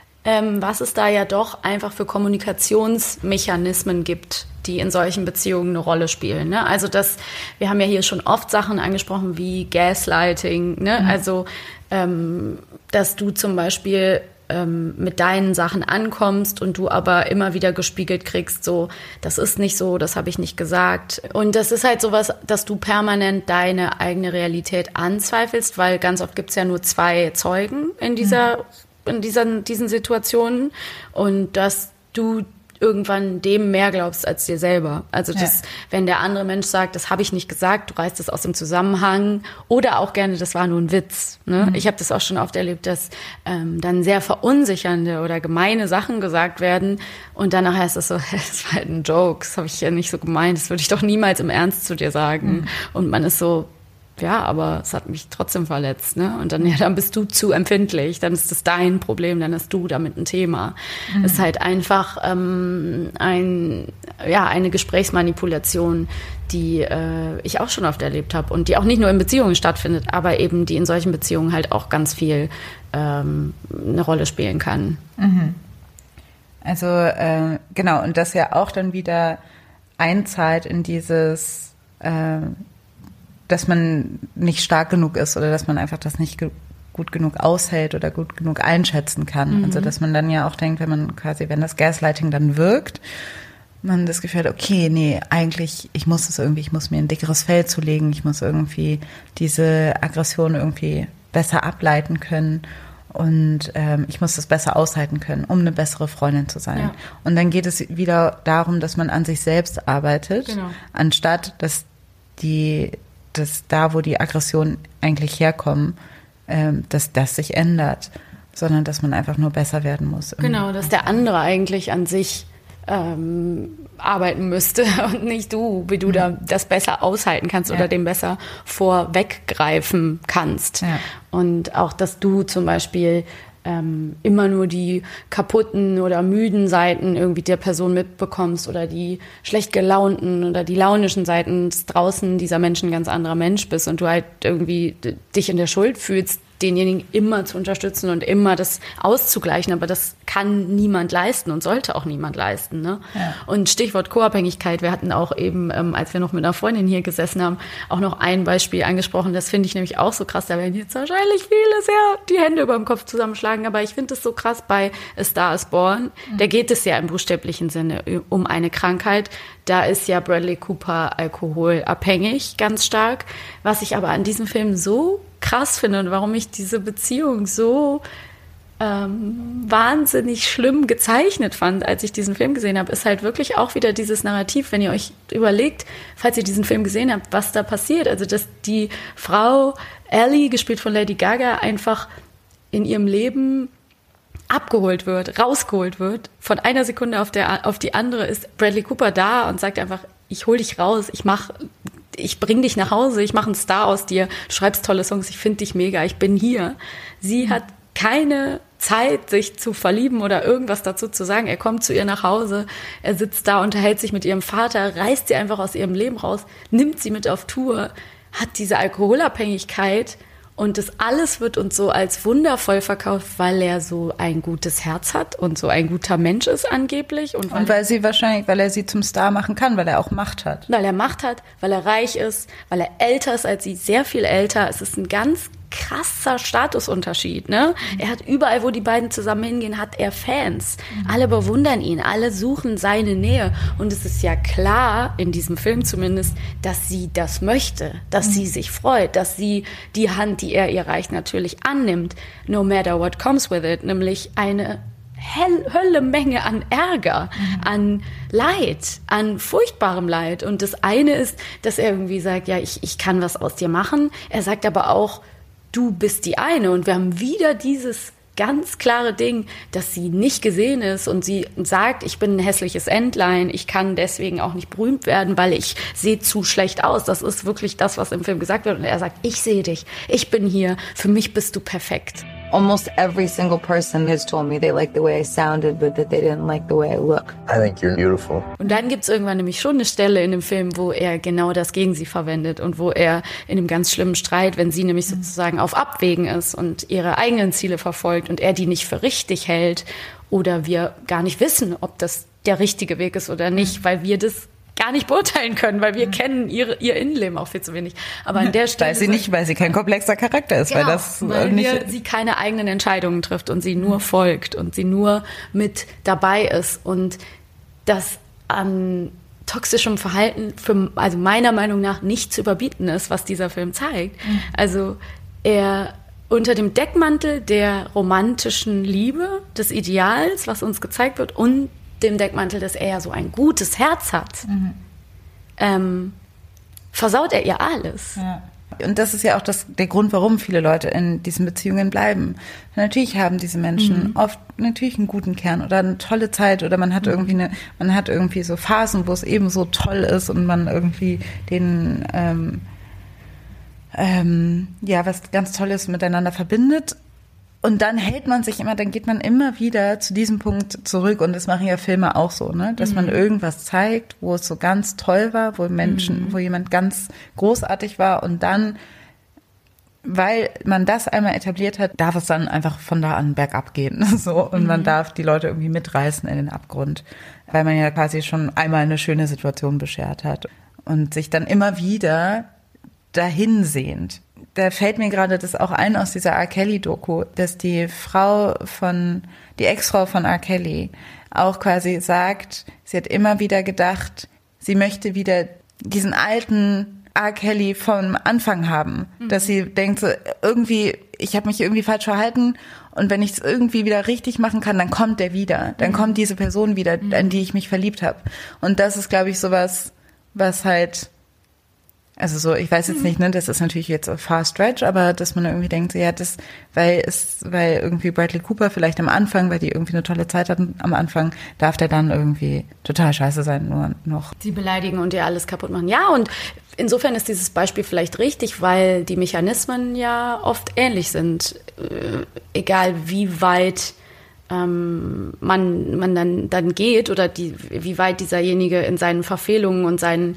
was es da ja doch einfach für Kommunikationsmechanismen gibt, die in solchen Beziehungen eine Rolle spielen. Ne? Also wir haben ja hier schon oft Sachen angesprochen wie Gaslighting, ne? Also dass du zum Beispiel mit deinen Sachen ankommst und du aber immer wieder gespiegelt kriegst, so, das ist nicht so, das habe ich nicht gesagt. Und das ist halt sowas, dass du permanent deine eigene Realität anzweifelst, weil ganz oft gibt's ja nur 2 Zeugen in diesen Situationen, und dass du irgendwann dem mehr glaubst als dir selber. Also wenn der andere Mensch sagt, das habe ich nicht gesagt, du reißt es aus dem Zusammenhang, oder auch gerne, das war nur ein Witz. Ne? Ich habe das auch schon oft erlebt, dass dann sehr verunsichernde oder gemeine Sachen gesagt werden und danach heißt es so, das war halt ein Joke, das habe ich ja nicht so gemeint, das würde ich doch niemals im Ernst zu dir sagen. Und man ist so, ja, aber es hat mich trotzdem verletzt, ne? Und dann, dann bist du zu empfindlich, dann ist das dein Problem, dann hast du damit ein Thema. Es ist halt einfach eine Gesprächsmanipulation, die ich auch schon oft erlebt habe und die auch nicht nur in Beziehungen stattfindet, aber eben die in solchen Beziehungen halt auch ganz viel eine Rolle spielen kann. Also genau, und das ja auch dann wieder einzahlt in dieses dass man nicht stark genug ist oder dass man einfach das nicht gut genug aushält oder gut genug einschätzen kann. Also dass man dann ja auch denkt, wenn das Gaslighting dann wirkt, man das Gefühl hat, okay, nee, eigentlich, ich muss mir ein dickeres Fell zulegen, ich muss irgendwie diese Aggression irgendwie besser ableiten können und ich muss das besser aushalten können, um eine bessere Freundin zu sein. Ja. Und dann geht es wieder darum, dass man an sich selbst arbeitet, anstatt dass da, wo die Aggressionen eigentlich herkommen, dass das sich ändert, sondern dass man einfach nur besser werden muss. Genau, dass der andere eigentlich an sich arbeiten müsste und nicht du, wie du da das besser aushalten kannst oder dem besser vorweggreifen kannst. Ja. Und auch, dass du zum Beispiel immer nur die kaputten oder müden Seiten irgendwie der Person mitbekommst oder die schlecht gelaunten oder die launischen Seiten, draußen dieser Mensch ein ganz anderer Mensch bist und du halt irgendwie dich in der Schuld fühlst, denjenigen immer zu unterstützen und immer das auszugleichen, aber das kann niemand leisten und sollte auch niemand leisten. Ne? Ja. Und Stichwort Co-Abhängigkeit, wir hatten auch eben, als wir noch mit einer Freundin hier gesessen haben, auch noch ein Beispiel angesprochen, das finde ich nämlich auch so krass, da werden jetzt wahrscheinlich viele sehr die Hände über dem Kopf zusammenschlagen, aber ich finde es so krass bei A Star is Born, da geht es ja im buchstäblichen Sinne um eine Krankheit, da ist ja Bradley Cooper alkoholabhängig, ganz stark, was ich aber an diesem Film so krass finde und warum ich diese Beziehung so wahnsinnig schlimm gezeichnet fand, als ich diesen Film gesehen habe, ist halt wirklich auch wieder dieses Narrativ, wenn ihr euch überlegt, falls ihr diesen Film gesehen habt, was da passiert. Also, dass die Frau Ellie, gespielt von Lady Gaga, einfach in ihrem Leben abgeholt wird, rausgeholt wird. Von einer Sekunde auf die andere ist Bradley Cooper da und sagt einfach, ich hol dich raus, ich bring dich nach Hause, ich mache einen Star aus dir, du schreibst tolle Songs, ich finde dich mega, ich bin hier. Sie hat keine Zeit, sich zu verlieben oder irgendwas dazu zu sagen. Er kommt zu ihr nach Hause, er sitzt da, unterhält sich mit ihrem Vater, reißt sie einfach aus ihrem Leben raus, nimmt sie mit auf Tour, hat diese Alkoholabhängigkeit und das alles wird uns so als wundervoll verkauft, weil er so ein gutes Herz hat und so ein guter Mensch ist angeblich. Und weil er sie zum Star machen kann, weil er auch Macht hat. Weil er Macht hat, weil er reich ist, weil er älter ist als sie, sehr viel älter. Es ist ein ganz krasser Statusunterschied, ne? Er hat überall, wo die beiden zusammen hingehen, hat er Fans. Alle bewundern ihn, alle suchen seine Nähe. Und es ist ja klar, in diesem Film zumindest, dass sie das möchte, dass sie sich freut, dass sie die Hand, die er ihr reicht, natürlich annimmt. No matter what comes with it, nämlich eine Höllemenge an Ärger, an Leid, an furchtbarem Leid. Und das eine ist, dass er irgendwie sagt, ja, ich kann was aus dir machen. Er sagt aber auch, du bist die eine. Und wir haben wieder dieses ganz klare Ding, dass sie nicht gesehen ist und sie sagt, ich bin ein hässliches Entlein, ich kann deswegen auch nicht berühmt werden, weil ich sehe zu schlecht aus. Das ist wirklich das, was im Film gesagt wird. Und er sagt, ich sehe dich, ich bin hier, für mich bist du perfekt. Almost every single person has told me they like the way I sounded, but that they didn't like the way I look. I think you're beautiful. Und dann gibt's irgendwann nämlich schon eine Stelle in dem Film, wo er genau das gegen sie verwendet und wo er in einem ganz schlimmen Streit, wenn sie nämlich sozusagen auf Abwägen ist und ihre eigenen Ziele verfolgt und er die nicht für richtig hält oder wir gar nicht wissen, ob das der richtige Weg ist oder nicht, weil wir das gar nicht beurteilen können, weil wir kennen ihr Innenleben auch viel zu wenig. Aber an der Stelle... Weil sie kein komplexer Charakter ist. Genau, weil sie keine eigenen Entscheidungen trifft und sie nur folgt und sie nur mit dabei ist. Und das an toxischem Verhalten also meiner Meinung nach nicht zu überbieten ist, was dieser Film zeigt. Also er unter dem Deckmantel der romantischen Liebe, des Ideals, was uns gezeigt wird, und dem Deckmantel, dass er ja so ein gutes Herz hat, versaut er ihr alles. Ja. Und das ist ja auch der Grund, warum viele Leute in diesen Beziehungen bleiben. Natürlich haben diese Menschen oft natürlich einen guten Kern oder eine tolle Zeit oder man hat irgendwie so Phasen, wo es eben so toll ist und man irgendwie was ganz Tolles miteinander verbindet. Und dann geht man immer wieder zu diesem Punkt zurück. Und das machen ja Filme auch so, ne? Dass man irgendwas zeigt, wo es so ganz toll war, wo jemand ganz großartig war. Und dann, weil man das einmal etabliert hat, darf es dann einfach von da an bergab gehen. So. Und man darf die Leute irgendwie mitreißen in den Abgrund. Weil man ja quasi schon einmal eine schöne Situation beschert hat. Und sich dann immer wieder dahin sehnt. Da fällt mir gerade das auch ein aus dieser R. Kelly-Doku, dass die Ex-Frau von R. Kelly auch quasi sagt, sie hat immer wieder gedacht, sie möchte wieder diesen alten R. Kelly vom Anfang haben. Dass sie denkt, so, irgendwie, ich habe mich irgendwie falsch verhalten und wenn ich es irgendwie wieder richtig machen kann, dann kommt der wieder. Dann kommt diese Person wieder, an die ich mich verliebt habe. Und das ist, glaube ich, sowas, was halt, also so, ich weiß jetzt nicht, ne, das ist natürlich jetzt ein far stretch, aber dass man irgendwie denkt, so, ja, das, weil irgendwie Bradley Cooper vielleicht am Anfang, weil die irgendwie eine tolle Zeit hatten am Anfang, darf der dann irgendwie total scheiße sein, nur noch. Sie beleidigen und ihr alles kaputt machen. Ja, und insofern ist dieses Beispiel vielleicht richtig, weil die Mechanismen ja oft ähnlich sind. Egal wie weit man dann geht oder wie weit dieserjenige in seinen Verfehlungen und seinen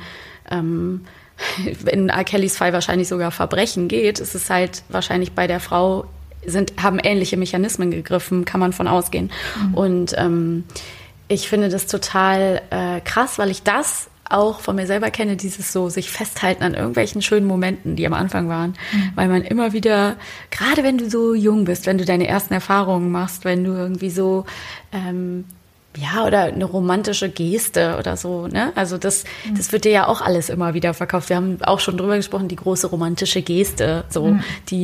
in R. Kellys Fall wahrscheinlich sogar Verbrechen geht, ist es halt wahrscheinlich bei der Frau haben ähnliche Mechanismen gegriffen, kann man von ausgehen. Und ich finde das total krass, weil ich das auch von mir selber kenne, dieses so sich festhalten an irgendwelchen schönen Momenten, die am Anfang waren, weil man immer wieder, gerade wenn du so jung bist, wenn du deine ersten Erfahrungen machst, wenn du irgendwie so oder eine romantische Geste oder so, ne? Also das wird dir ja auch alles immer wieder verkauft. Wir haben auch schon drüber gesprochen, die große romantische Geste, so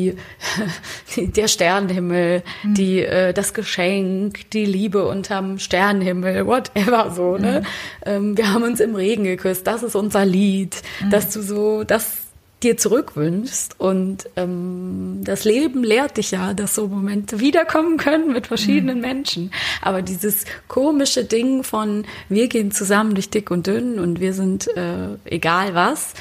der Sternenhimmel, das Geschenk, die Liebe unterm Sternenhimmel, whatever, so, ne? Wir haben uns im Regen geküsst, das ist unser Lied, dass du so das dir zurückwünschst und das Leben lehrt dich ja, dass so Momente wiederkommen können mit verschiedenen Menschen. Aber dieses komische Ding von wir gehen zusammen durch dick und dünn und wir sind egal was,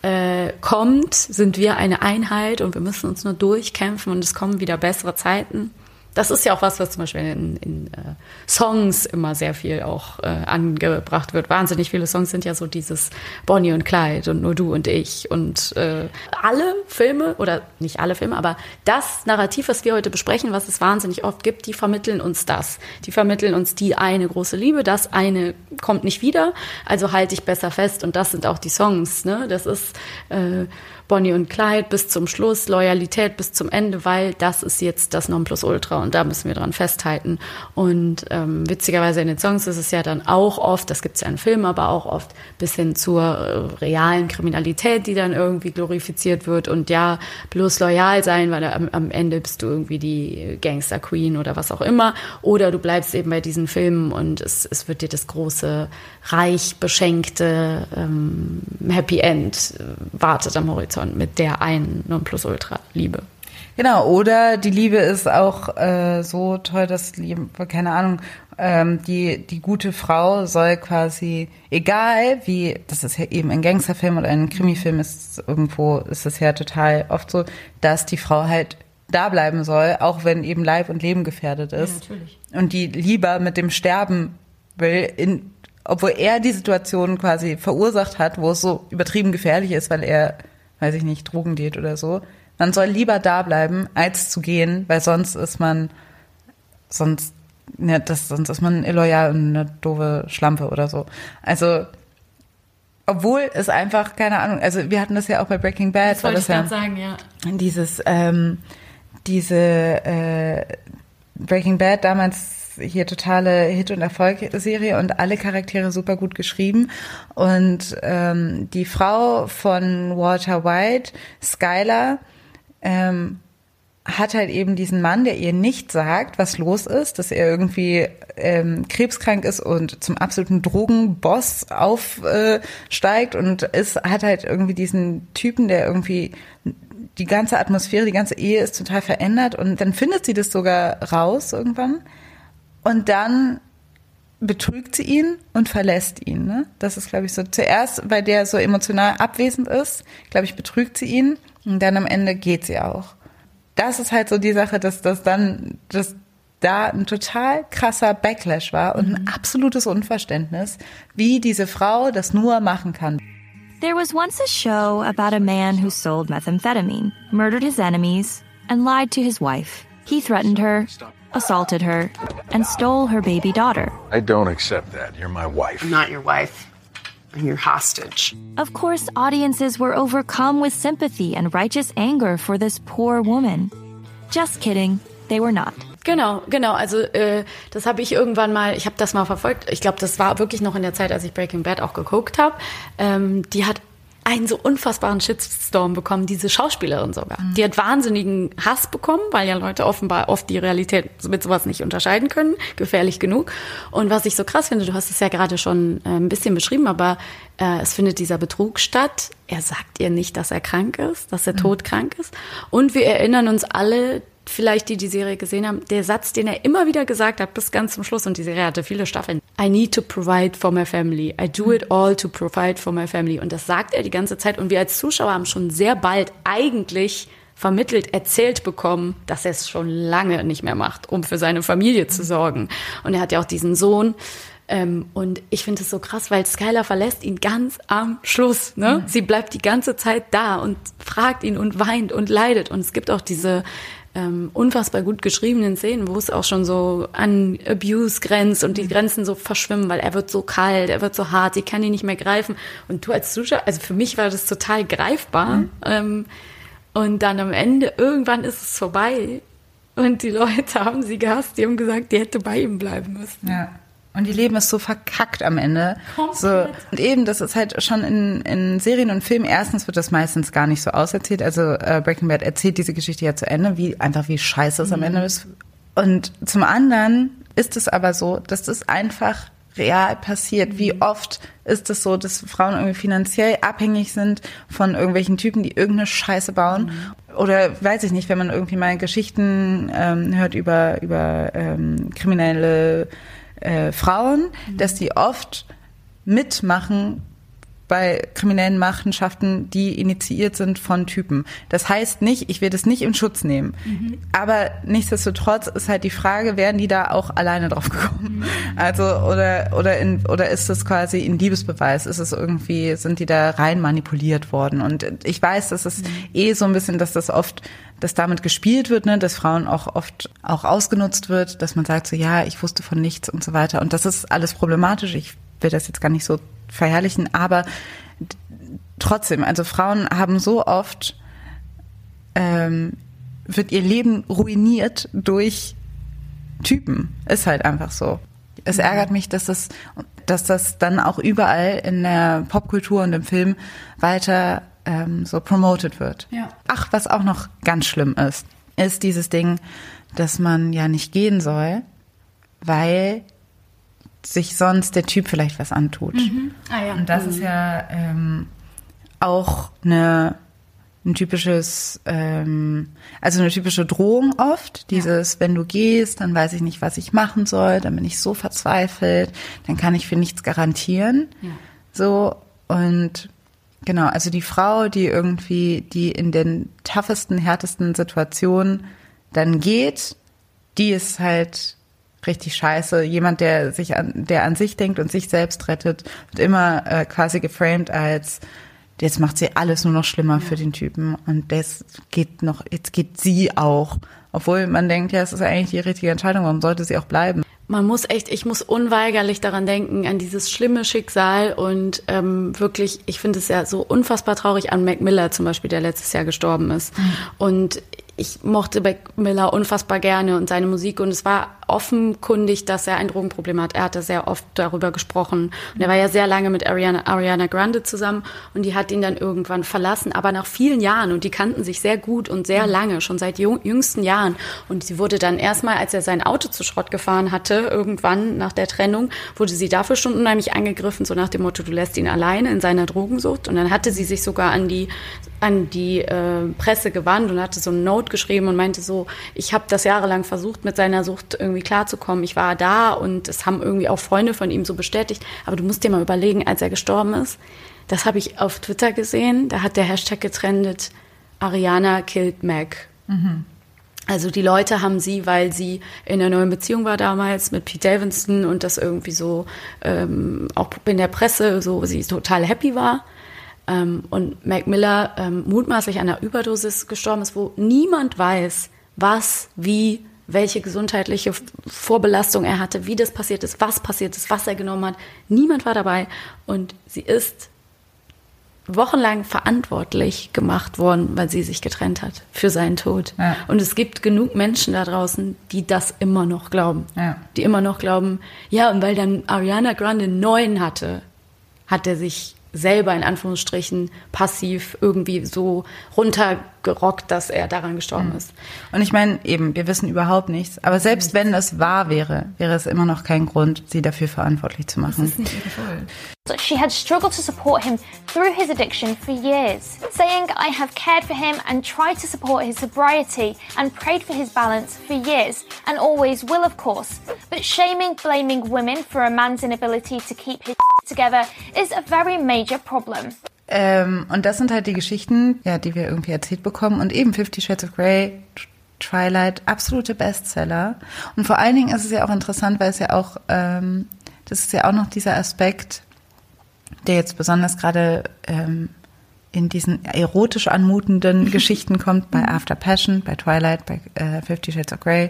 sind wir eine Einheit und wir müssen uns nur durchkämpfen und es kommen wieder bessere Zeiten. Das ist ja auch was zum Beispiel in Songs immer sehr viel auch angebracht wird. Wahnsinnig viele Songs sind ja so dieses Bonnie und Clyde und Nur du und ich. Und alle Filme, oder nicht alle Filme, aber das Narrativ, was wir heute besprechen, was es wahnsinnig oft gibt, die vermitteln uns das. Die vermitteln uns die eine große Liebe, das eine kommt nicht wieder, also halte ich besser fest. Und das sind auch die Songs, ne? Das ist Bonnie und Clyde bis zum Schluss, Loyalität bis zum Ende, weil das ist jetzt das Nonplusultra und da müssen wir dran festhalten. Und witzigerweise in den Songs ist es ja dann auch oft, das gibt es ja in Filmen, aber auch oft bis hin zur realen Kriminalität, die dann irgendwie glorifiziert wird und ja, bloß loyal sein, weil am Ende bist du irgendwie die Gangster-Queen oder was auch immer. Oder du bleibst eben bei diesen Filmen und es wird dir das große, reich beschenkte Happy End wartet am Horizont mit der einen Nonplusultra-Liebe. Genau, oder die Liebe ist auch so toll, dass, keine Ahnung, die gute Frau soll quasi, egal wie, das ist ja eben ein Gangsterfilm oder ein Krimifilm, ist es ja total oft so, dass die Frau halt da bleiben soll, auch wenn eben Leib und Leben gefährdet ist. Ja, natürlich. Und die lieber mit dem sterben will, obwohl er die Situation quasi verursacht hat, wo es so übertrieben gefährlich ist, weil er, weiß ich nicht, Drogen dealt oder so. Man soll lieber da bleiben, als zu gehen, weil sonst ist man illoyal und eine doofe Schlampe oder so. Also, obwohl es einfach, keine Ahnung, also wir hatten das ja auch bei Breaking Bad. Das wollte ich gerade sagen, ja. Diese Breaking Bad damals hier totale Hit- und Erfolg-Serie und alle Charaktere super gut geschrieben. Und die Frau von Walter White, Skylar, hat halt eben diesen Mann, der ihr nicht sagt, was los ist, dass er irgendwie krebskrank ist und zum absoluten Drogenboss aufsteigt und hat halt irgendwie diesen Typen, der irgendwie die ganze Atmosphäre, die ganze Ehe ist total verändert und dann findet sie das sogar raus irgendwann. Und dann betrügt sie ihn und verlässt ihn. Ne? Das ist, glaube ich, so zuerst, weil der so emotional abwesend ist, glaube ich, betrügt sie ihn und dann am Ende geht sie auch. Das ist halt so die Sache, dass da ein total krasser Backlash war und ein absolutes Unverständnis, wie diese Frau das nur machen kann. There was once a show about a man who sold methamphetamine, murdered his enemies, and lied to his wife. He threatened her, assaulted her, and stole her baby daughter. I don't accept that. You're my wife. I'm not your wife. I'm your hostage. Of course, audiences were overcome with sympathy and righteous anger for this poor woman. Just kidding, they were not. Genau. Also das habe ich irgendwann mal, ich habe das mal verfolgt. Ich glaube, das war wirklich noch in der Zeit, als ich Breaking Bad auch geguckt habe. Die hat einen so unfassbaren Shitstorm bekommen, diese Schauspielerin sogar. Die hat wahnsinnigen Hass bekommen, weil ja Leute offenbar oft die Realität mit sowas nicht unterscheiden können. Gefährlich genug. Und was ich so krass finde, du hast es ja gerade schon ein bisschen beschrieben, aber es findet dieser Betrug statt. Er sagt ihr nicht, dass er krank ist, dass er todkrank ist. Und wir erinnern uns alle, vielleicht die Serie gesehen haben, der Satz, den er immer wieder gesagt hat, bis ganz zum Schluss, und die Serie hatte viele Staffeln, I need to provide for my family. I do it all to provide for my family. Und das sagt er die ganze Zeit. Und wir als Zuschauer haben schon sehr bald eigentlich vermittelt, erzählt bekommen, dass er es schon lange nicht mehr macht, um für seine Familie zu sorgen. Und er hat ja auch diesen Sohn. Und ich finde es so krass, weil Skyler verlässt ihn ganz am Schluss. Ne? Sie bleibt die ganze Zeit da und fragt ihn und weint und leidet. Und es gibt auch diese unfassbar gut geschriebenen Szenen, wo es auch schon so an Abuse grenzt und die Grenzen so verschwimmen, weil er wird so kalt, er wird so hart, sie kann ihn nicht mehr greifen. Und du als Zuschauer, also für mich war das total greifbar. Und dann am Ende, irgendwann ist es vorbei und die Leute haben sie gehasst, die haben gesagt, die hätte bei ihm bleiben müssen. Ja. Und die Leben ist so verkackt am Ende. So. Und eben, das ist halt schon in Serien und Filmen, erstens wird das meistens gar nicht so auserzählt. Also Breaking Bad erzählt diese Geschichte ja zu Ende, wie scheiße es am Ende ist. Und zum anderen ist es aber so, dass das einfach real passiert. Wie oft ist es so, dass Frauen irgendwie finanziell abhängig sind von irgendwelchen Typen, die irgendeine Scheiße bauen? Oder weiß ich nicht, wenn man irgendwie mal Geschichten hört über kriminelle Frauen, dass die oft mitmachen bei kriminellen Machenschaften, die initiiert sind von Typen. Das heißt nicht, ich will das nicht in Schutz nehmen. Aber nichtsdestotrotz ist halt die Frage, wären die da auch alleine drauf gekommen? Also, oder ist das quasi ein Liebesbeweis? Ist es irgendwie, sind die da rein manipuliert worden? Und ich weiß, dass es so ein bisschen, dass damit gespielt wird, ne, dass Frauen auch oft auch ausgenutzt wird, dass man sagt so, ja, ich wusste von nichts und so weiter. Und das ist alles problematisch. Ich will das jetzt gar nicht so verherrlichen, aber trotzdem, also Frauen haben so oft, wird ihr Leben ruiniert durch Typen. Ist halt einfach so. Es ärgert mich, dass das dann auch überall in der Popkultur und im Film weiter so promoted wird. Ja. Ach, was auch noch ganz schlimm ist dieses Ding, dass man ja nicht gehen soll, weil sich sonst der Typ vielleicht was antut. Ja. Und das ist ja auch eine typische Drohung oft. Dieses, wenn du gehst, dann weiß ich nicht, was ich machen soll, dann bin ich so verzweifelt, dann kann ich für nichts garantieren. Ja. So, und genau, also die Frau, die in den toughesten, härtesten Situationen dann geht, die ist halt richtig scheiße. Jemand, der an sich denkt und sich selbst rettet, wird immer quasi geframed als, jetzt macht sie alles nur noch schlimmer für den Typen und jetzt geht sie auch. Obwohl man denkt, ja, es ist eigentlich die richtige Entscheidung, warum sollte sie auch bleiben? Ich muss unweigerlich daran denken, an dieses schlimme Schicksal und wirklich, ich finde es ja so unfassbar traurig an Mac Miller zum Beispiel, der letztes Jahr gestorben ist. Und ich mochte Mac Miller unfassbar gerne und seine Musik und es war offenkundig, dass er ein Drogenproblem hat. Er hatte sehr oft darüber gesprochen und er war ja sehr lange mit Ariana Grande zusammen und die hat ihn dann irgendwann verlassen, aber nach vielen Jahren und die kannten sich sehr gut und sehr lange, schon seit jüngsten Jahren und sie wurde dann erstmal, als er sein Auto zu Schrott gefahren hatte, irgendwann nach der Trennung, wurde sie dafür schon unheimlich angegriffen, so nach dem Motto, du lässt ihn alleine in seiner Drogensucht und dann hatte sie sich sogar an die Presse gewandt und hatte so eine Note geschrieben und meinte so, ich habe das jahrelang versucht, mit seiner Sucht irgendwie klarzukommen. Ich war da und es haben irgendwie auch Freunde von ihm so bestätigt. Aber du musst dir mal überlegen, als er gestorben ist, das habe ich auf Twitter gesehen, da hat der Hashtag getrendet, Ariana killed Mac. Also die Leute haben sie, weil sie in einer neuen Beziehung war damals mit Pete Davidson und das irgendwie so auch in der Presse so sie total happy war. Und Mac Miller mutmaßlich an einer Überdosis gestorben ist, wo niemand weiß, was, wie, welche gesundheitliche Vorbelastung er hatte, wie das passiert ist, was er genommen hat. Niemand war dabei und sie ist wochenlang verantwortlich gemacht worden, weil sie sich getrennt hat für seinen Tod. Ja. Und es gibt genug Menschen da draußen, die das immer noch glauben. Ja. Die immer noch glauben, ja, und weil dann Ariana Grande 9 hatte, hat er sich selber in Anführungsstrichen passiv irgendwie so runtergerockt, dass er daran gestorben ist. Und ich meine, eben, wir wissen überhaupt nichts. Aber selbst wenn es wahr wäre, wäre es immer noch kein Grund, sie dafür verantwortlich zu machen. Das ist nicht ihre Schuld. She had struggled to support him through his addiction for years, saying, I have cared for him and tried to support his sobriety and prayed for his balance for years and always will, of course. But shaming, blaming women for a man's inability to keep his together is a very major problem. Und das sind halt die Geschichten, ja, die wir irgendwie erzählt bekommen. Und eben 50 Shades of Grey, Twilight, absolute Bestseller. Und vor allen Dingen ist es ja auch interessant, weil es ja auch, das ist ja auch noch dieser Aspekt, der jetzt besonders gerade in diesen erotisch anmutenden Geschichten kommt, bei After Passion, bei Twilight, bei 50 Shades of Grey.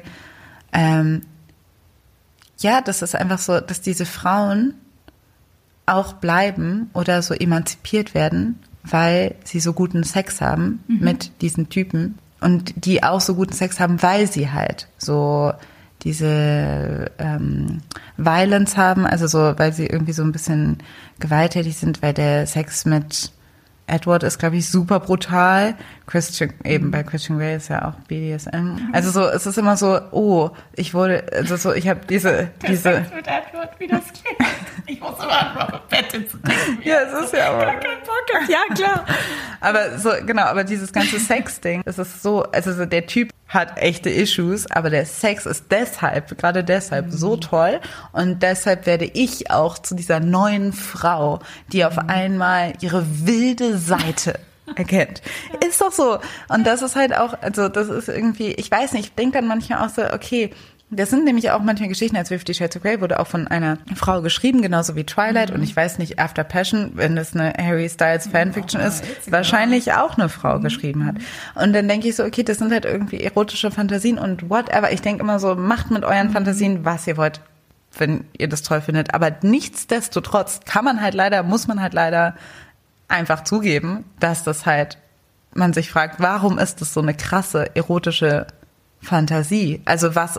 Ja, das ist einfach so, dass diese Frauen auch bleiben oder so emanzipiert werden, weil sie so guten Sex haben mit diesen Typen und die auch so guten Sex haben, weil sie halt so diese Violence haben, also so, weil sie irgendwie so ein bisschen gewalttätig sind, weil der Sex mit Edward ist, glaube ich, super brutal. Bei Christian Grey ist ja auch BDSM. Also so, es ist immer so, ich habe diese Sex mit Edward, wie das klingt. Ich muss immer an Robert Pattinson denken. Ja, es ist ja aber. Gar kein Bock. Ja, klar. Aber so, genau, aber dieses ganze Sex-Ding, es ist so, also so der Typ hat echte Issues, aber der Sex ist gerade deshalb so toll und deshalb werde ich auch zu dieser neuen Frau, die auf einmal ihre wilde Seite erkennt. Ist doch so. Und das ist halt auch, also das ist irgendwie, ich weiß nicht, ich denke dann manchmal auch so, okay, das sind nämlich auch manchmal Geschichten, als 50 Shades of Grey wurde auch von einer Frau geschrieben, genauso wie Twilight. Und ich weiß nicht, After Passion, wenn das eine Harry Styles Fanfiction ist, wahrscheinlich auch eine Frau geschrieben hat. Und dann denke ich so, okay, das sind halt irgendwie erotische Fantasien und whatever. Ich denke immer so, macht mit euren Fantasien, was ihr wollt, wenn ihr das toll findet. Aber nichtsdestotrotz muss man halt leider einfach zugeben, dass das halt, man sich fragt, warum ist das so eine krasse erotische Fantasie? Also was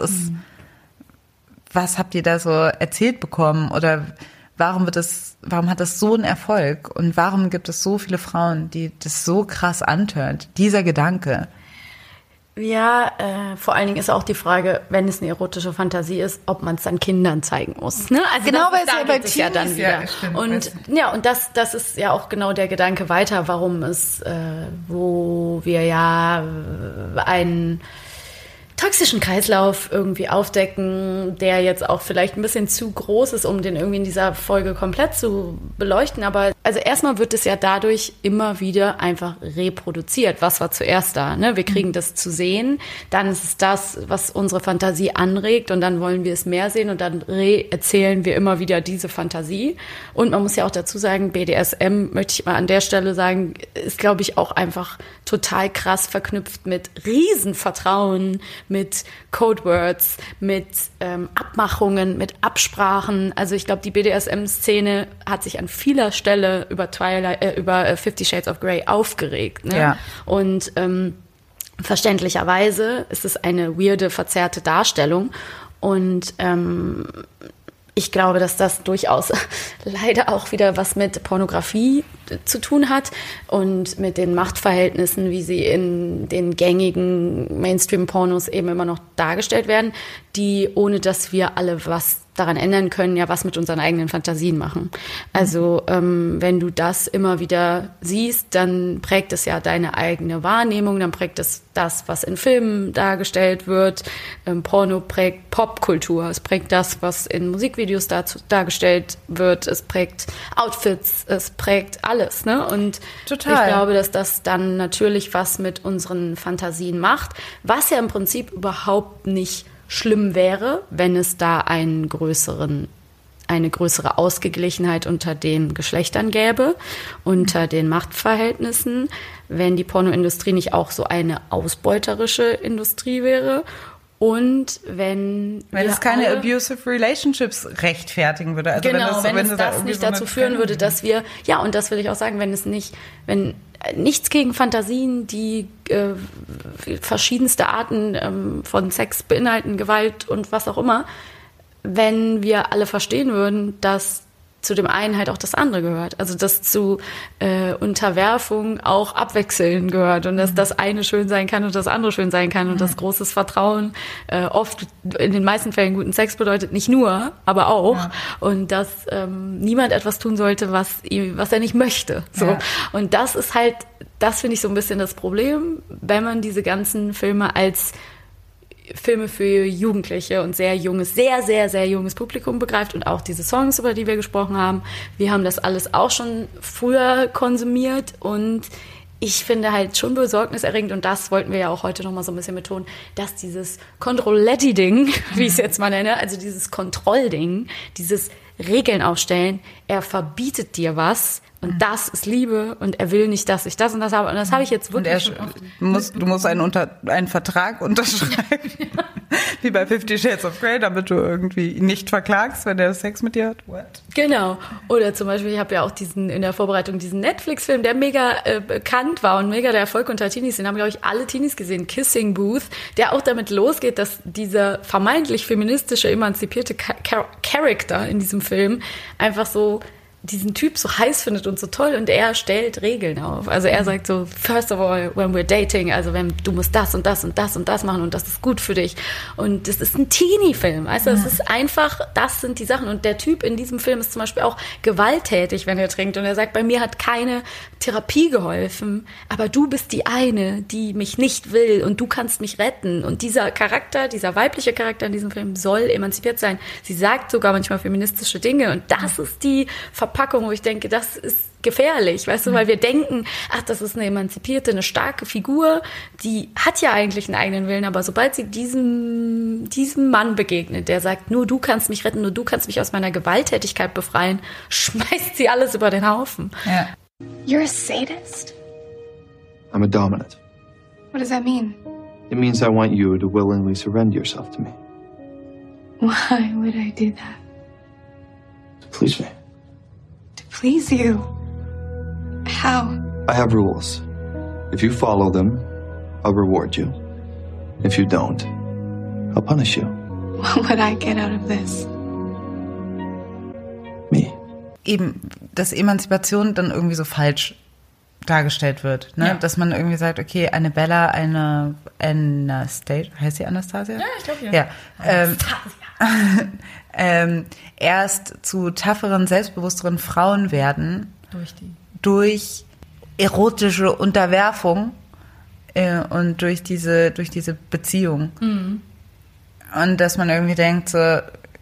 habt ihr da so erzählt bekommen oder warum hat das so einen Erfolg und warum gibt es so viele Frauen, die das so krass antört, dieser Gedanke? Ja, vor allen Dingen ist auch die Frage, wenn es eine erotische Fantasie ist, ob man es dann Kindern zeigen muss. Ne? Also genau, weil es ja bei Teenies dann wieder. Ja, stimmt, und das ist ja auch genau der Gedanke weiter, warum es, wo wir ja einen toxischen Kreislauf irgendwie aufdecken, der jetzt auch vielleicht ein bisschen zu groß ist, um den irgendwie in dieser Folge komplett zu beleuchten. Aber also erstmal wird es ja dadurch immer wieder einfach reproduziert. Was war zuerst da? Ne? Wir kriegen das zu sehen, dann ist es das, was unsere Fantasie anregt und dann wollen wir es mehr sehen und dann erzählen wir immer wieder diese Fantasie. Und man muss ja auch dazu sagen, BDSM, möchte ich mal an der Stelle sagen, ist, glaube ich, auch einfach total krass verknüpft mit Riesenvertrauen, mit Codewords, mit Abmachungen, mit Absprachen. Also ich glaube, die BDSM-Szene hat sich an vieler Stelle über 50 Shades of Grey aufgeregt. Ne? Ja. Und verständlicherweise ist es eine weirde, verzerrte Darstellung. Und ich glaube, dass das durchaus leider auch wieder was mit Pornografie zu tun hat und mit den Machtverhältnissen, wie sie in den gängigen Mainstream-Pornos eben immer noch dargestellt werden, die, ohne dass wir alle was daran ändern können, ja was mit unseren eigenen Fantasien machen. Also wenn du das immer wieder siehst, dann prägt es ja deine eigene Wahrnehmung, dann prägt es das, was in Filmen dargestellt wird. Porno prägt Popkultur, es prägt das, was in Musikvideos dargestellt wird, es prägt Outfits, es prägt alles. Ne? Und total. Ich glaube, dass das dann natürlich was mit unseren Fantasien macht, was ja im Prinzip überhaupt nicht schlimm wäre, wenn es da eine größere Ausgeglichenheit unter den Geschlechtern gäbe, unter den Machtverhältnissen, wenn die Pornoindustrie nicht auch so eine ausbeuterische Industrie wäre Und wenn es keine abusive relationships rechtfertigen würde. Also genau, wenn es das nicht dazu führen würde, dass wir, ja, und das will ich auch sagen, wenn nichts gegen Fantasien, die verschiedenste Arten von Sex beinhalten, Gewalt und was auch immer, wenn wir alle verstehen würden, dass zu dem einen halt auch das andere gehört. Also dass zu Unterwerfung auch Abwechseln gehört und dass das eine schön sein kann und das andere schön sein kann und dass großes Vertrauen oft in den meisten Fällen guten Sex bedeutet, nicht nur, aber auch. Ja. Und dass niemand etwas tun sollte, was er nicht möchte. So. Ja. Und das ist halt, das finde ich so ein bisschen das Problem, wenn man diese ganzen Filme als Filme für Jugendliche und sehr junges, sehr, sehr, sehr junges Publikum begreift und auch diese Songs, über die wir gesprochen haben. Wir haben das alles auch schon früher konsumiert und ich finde halt schon besorgniserregend und das wollten wir ja auch heute nochmal so ein bisschen betonen, dass dieses Controletti-Ding, wie ich es jetzt mal nenne, also dieses Kontrollding, dieses Regeln aufstellen, er verbietet dir was und das ist Liebe und er will nicht, dass ich das und das habe. Und das habe ich jetzt wirklich du musst einen Vertrag unterschreiben, wie bei 50 Shades of Grey, damit du irgendwie ihn nicht verklagst, wenn der Sex mit dir hat. What? Genau. Oder zum Beispiel, ich habe ja auch in der Vorbereitung diesen Netflix-Film, der mega bekannt war und mega der Erfolg unter Teenies, den haben, glaube ich, alle Teenies gesehen, Kissing Booth, der auch damit losgeht, dass dieser vermeintlich feministische, emanzipierte Charakter in diesem Film einfach so diesen Typ so heiß findet und so toll und er stellt Regeln auf. Also er sagt so, first of all, when we're dating, also du musst das und das und das und das machen und das ist gut für dich. Und das ist ein Teenie-Film. Also es ist einfach, das sind die Sachen. Und der Typ in diesem Film ist zum Beispiel auch gewalttätig, wenn er trinkt. Und er sagt, bei mir hat keine Therapie geholfen, aber du bist die eine, die mich nicht will und du kannst mich retten. Und dieser Charakter, dieser weibliche Charakter in diesem Film soll emanzipiert sein. Sie sagt sogar manchmal feministische Dinge und das ist die Verpackung, wo ich denke, das ist gefährlich, weißt du, weil wir denken, ach, das ist eine emanzipierte, eine starke Figur, die hat ja eigentlich einen eigenen Willen, aber sobald sie diesem Mann begegnet, der sagt, nur du kannst mich retten, nur du kannst mich aus meiner Gewalttätigkeit befreien, schmeißt sie alles über den Haufen. Ja. You're a sadist? I'm a dominant. What does that mean? It means I want you to willingly surrender yourself to me. Why would I do that? To please me. To please you? How? I have rules. If you follow them, I'll reward you. If you don't, I'll punish you. What would I get out of this? Me. Eben, dass Emanzipation dann irgendwie so falsch dargestellt wird, ne? Ja. Dass man irgendwie sagt, okay, eine Bella, eine Anastasia, heißt sie Anastasia? Ja, ich glaube ja. Erst zu tougheren, selbstbewussteren Frauen werden durch erotische Unterwerfung und durch diese Beziehung. Mhm. Und dass man irgendwie denkt so,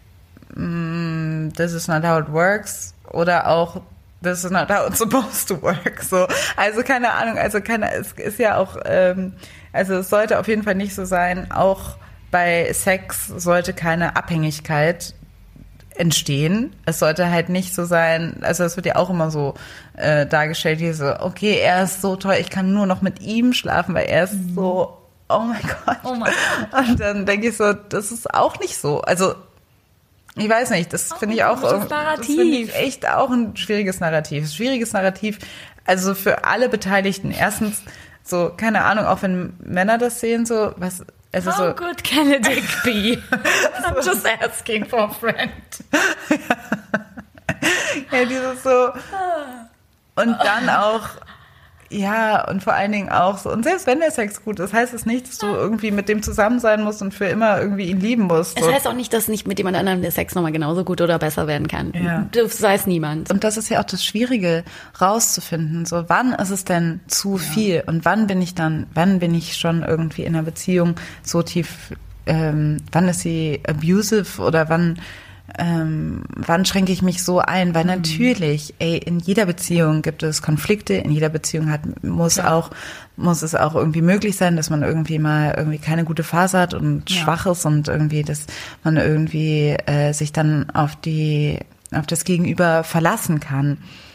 this is not how it works, oder auch this is not how it's supposed to work. So, also keine Ahnung, es ist ja auch, also es sollte auf jeden Fall nicht so sein, auch bei Sex sollte keine Abhängigkeit entstehen. Es sollte halt nicht so sein, also es wird ja auch immer so dargestellt, wie so, okay, er ist so toll, ich kann nur noch mit ihm schlafen, weil er ist so, oh mein Gott. Oh mein Gott. Und dann denke ich so, das ist auch nicht so. Also ich weiß nicht, das finde ich auch, das finde ich echt auch ein schwieriges Narrativ. Also für alle Beteiligten. Erstens, so, keine Ahnung, auch wenn Männer das sehen, so, was, also How so. good can a dick be? I'm just asking for a friend. Ja, dieses so. Und dann auch, ja, und vor allen Dingen auch so, und selbst wenn der Sex gut ist, heißt es nicht, dass du irgendwie mit dem zusammen sein musst und für immer irgendwie ihn lieben musst. Es heißt auch nicht, dass nicht mit jemand anderem der Sex nochmal genauso gut oder besser werden kann. Ja. Das weiß niemand. Und das ist ja auch das Schwierige, rauszufinden. So, wann ist es denn zu viel? Und wann bin ich schon irgendwie in einer Beziehung so tief, wann ist sie abusive oder wann schränke ich mich so ein? Weil natürlich, in jeder Beziehung gibt es Konflikte, in jeder Beziehung muss es auch irgendwie möglich sein, dass man irgendwie mal irgendwie keine gute Phase hat und schwach ist und irgendwie, dass man irgendwie sich dann auf das Gegenüber verlassen kann.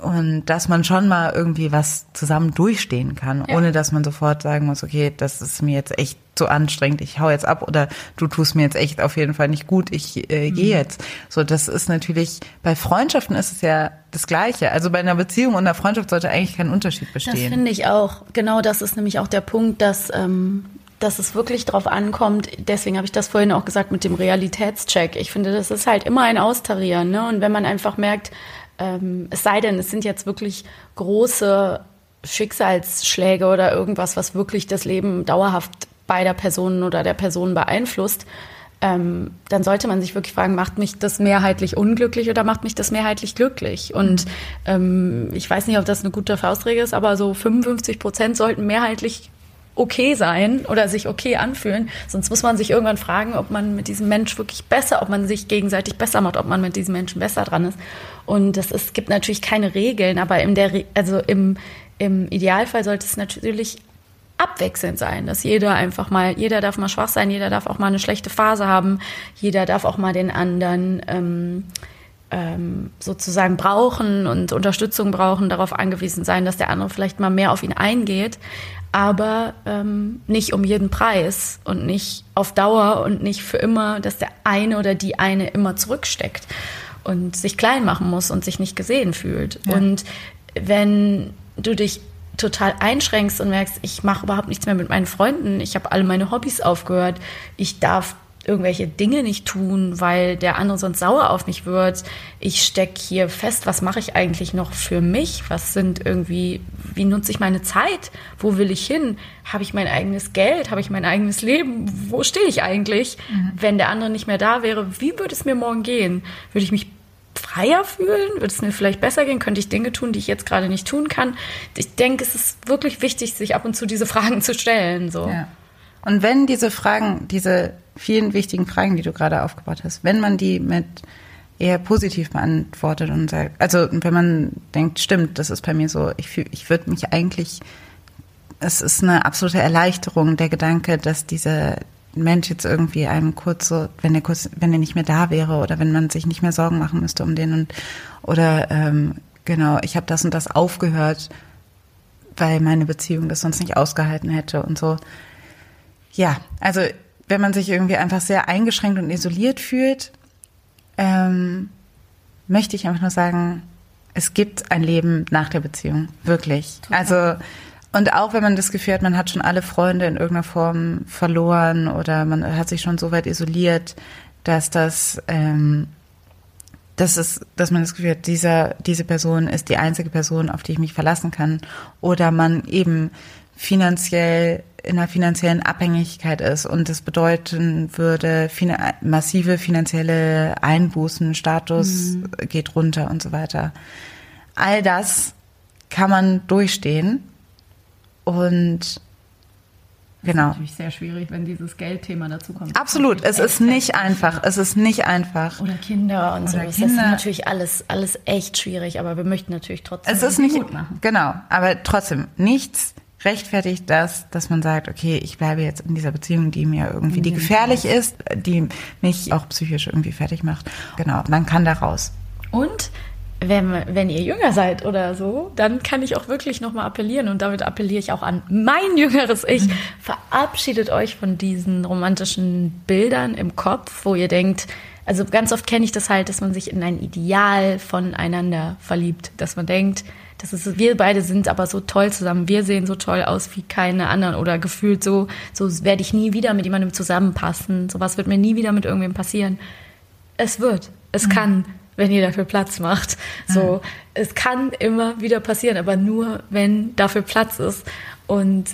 Und dass man schon mal irgendwie was zusammen durchstehen kann, ohne dass man sofort sagen muss, okay, das ist mir jetzt echt zu anstrengend, ich hau jetzt ab, oder du tust mir jetzt echt auf jeden Fall nicht gut, ich gehe jetzt. So, das ist natürlich, bei Freundschaften ist es ja das Gleiche. Also bei einer Beziehung und einer Freundschaft sollte eigentlich kein Unterschied bestehen. Das finde ich auch. Genau, das ist nämlich auch der Punkt, dass es wirklich drauf ankommt. Deswegen habe ich das vorhin auch gesagt mit dem Realitätscheck. Ich finde, das ist halt immer ein Austarieren, ne? Und wenn man einfach merkt, es sei denn, es sind jetzt wirklich große Schicksalsschläge oder irgendwas, was wirklich das Leben dauerhaft beider Personen oder der Person beeinflusst, dann sollte man sich wirklich fragen, macht mich das mehrheitlich unglücklich oder macht mich das mehrheitlich glücklich? Und ich weiß nicht, ob das eine gute Faustregel ist, aber so 55% sollten mehrheitlich okay sein oder sich okay anfühlen. Sonst muss man sich irgendwann fragen, ob man mit diesem Mensch wirklich besser, ob man sich gegenseitig besser macht, ob man mit diesem Menschen besser dran ist. Und es gibt natürlich keine Regeln, aber im Idealfall sollte es natürlich abwechselnd sein, dass jeder darf mal schwach sein, jeder darf auch mal eine schlechte Phase haben, jeder darf auch mal den anderen sozusagen brauchen und Unterstützung brauchen, darauf angewiesen sein, dass der andere vielleicht mal mehr auf ihn eingeht, aber nicht um jeden Preis und nicht auf Dauer und nicht für immer, dass der eine oder die eine immer zurücksteckt und sich klein machen muss und sich nicht gesehen fühlt. Ja. Und wenn du dich total einschränkst und merkst, ich mache überhaupt nichts mehr mit meinen Freunden, ich habe alle meine Hobbys aufgehört, ich darf irgendwelche Dinge nicht tun, weil der andere sonst sauer auf mich wird. Ich stecke hier fest, was mache ich eigentlich noch für mich? Wie nutze ich meine Zeit? Wo will ich hin? Habe ich mein eigenes Geld? Habe ich mein eigenes Leben? Wo stehe ich eigentlich? Wenn der andere nicht mehr da wäre, wie würde es mir morgen gehen? Würde ich mich freier fühlen? Würde es mir vielleicht besser gehen? Könnte ich Dinge tun, die ich jetzt gerade nicht tun kann? Ich denke, es ist wirklich wichtig, sich ab und zu diese Fragen zu stellen. So. Ja. Und wenn diese Fragen, diese vielen wichtigen Fragen, die du gerade aufgebaut hast, wenn man die mit eher positiv beantwortet und sagt, also wenn man denkt, stimmt, das ist bei mir so, ich würde mich eigentlich, es ist eine absolute Erleichterung, der Gedanke, dass dieser Mensch jetzt irgendwie einem kurz so, wenn er nicht mehr da wäre oder wenn man sich nicht mehr Sorgen machen müsste um den genau, ich habe das und das aufgehört, weil meine Beziehung das sonst nicht ausgehalten hätte und so. Ja, also wenn man sich irgendwie einfach sehr eingeschränkt und isoliert fühlt, möchte ich einfach nur sagen, es gibt ein Leben nach der Beziehung, wirklich. Total. Also, und auch wenn man das Gefühl hat, man hat schon alle Freunde in irgendeiner Form verloren oder man hat sich schon so weit isoliert, dass dass man das Gefühl hat, diese Person ist die einzige Person, auf die ich mich verlassen kann, oder man eben in einer finanziellen Abhängigkeit ist und das bedeuten würde, massive finanzielle Einbußen, Status geht runter und so weiter. All das kann man durchstehen und genau. Das ist natürlich sehr schwierig, wenn dieses Geldthema dazu kommt. Absolut, es ist nicht einfach. Oder Kinder und so. Das ist natürlich alles echt schwierig, aber wir möchten natürlich trotzdem es ist nicht gut machen. Genau, aber trotzdem nichts rechtfertigt das, dass man sagt, okay, ich bleibe jetzt in dieser Beziehung, die mir irgendwie, die gefährlich ist, die mich auch psychisch irgendwie fertig macht. Genau, man kann da raus. Und wenn ihr jünger seid oder so, dann kann ich auch wirklich nochmal appellieren und damit appelliere ich auch an mein jüngeres Ich. Verabschiedet euch von diesen romantischen Bildern im Kopf, wo ihr denkt, also ganz oft kenne ich das halt, dass man sich in ein Ideal voneinander verliebt, dass man denkt, wir beide sind aber so toll zusammen, wir sehen so toll aus wie keine anderen oder gefühlt so werde ich nie wieder mit jemandem zusammenpassen, sowas wird mir nie wieder mit irgendwem passieren. Es kann, wenn ihr dafür Platz macht. So, es kann immer wieder passieren, aber nur, wenn dafür Platz ist. Und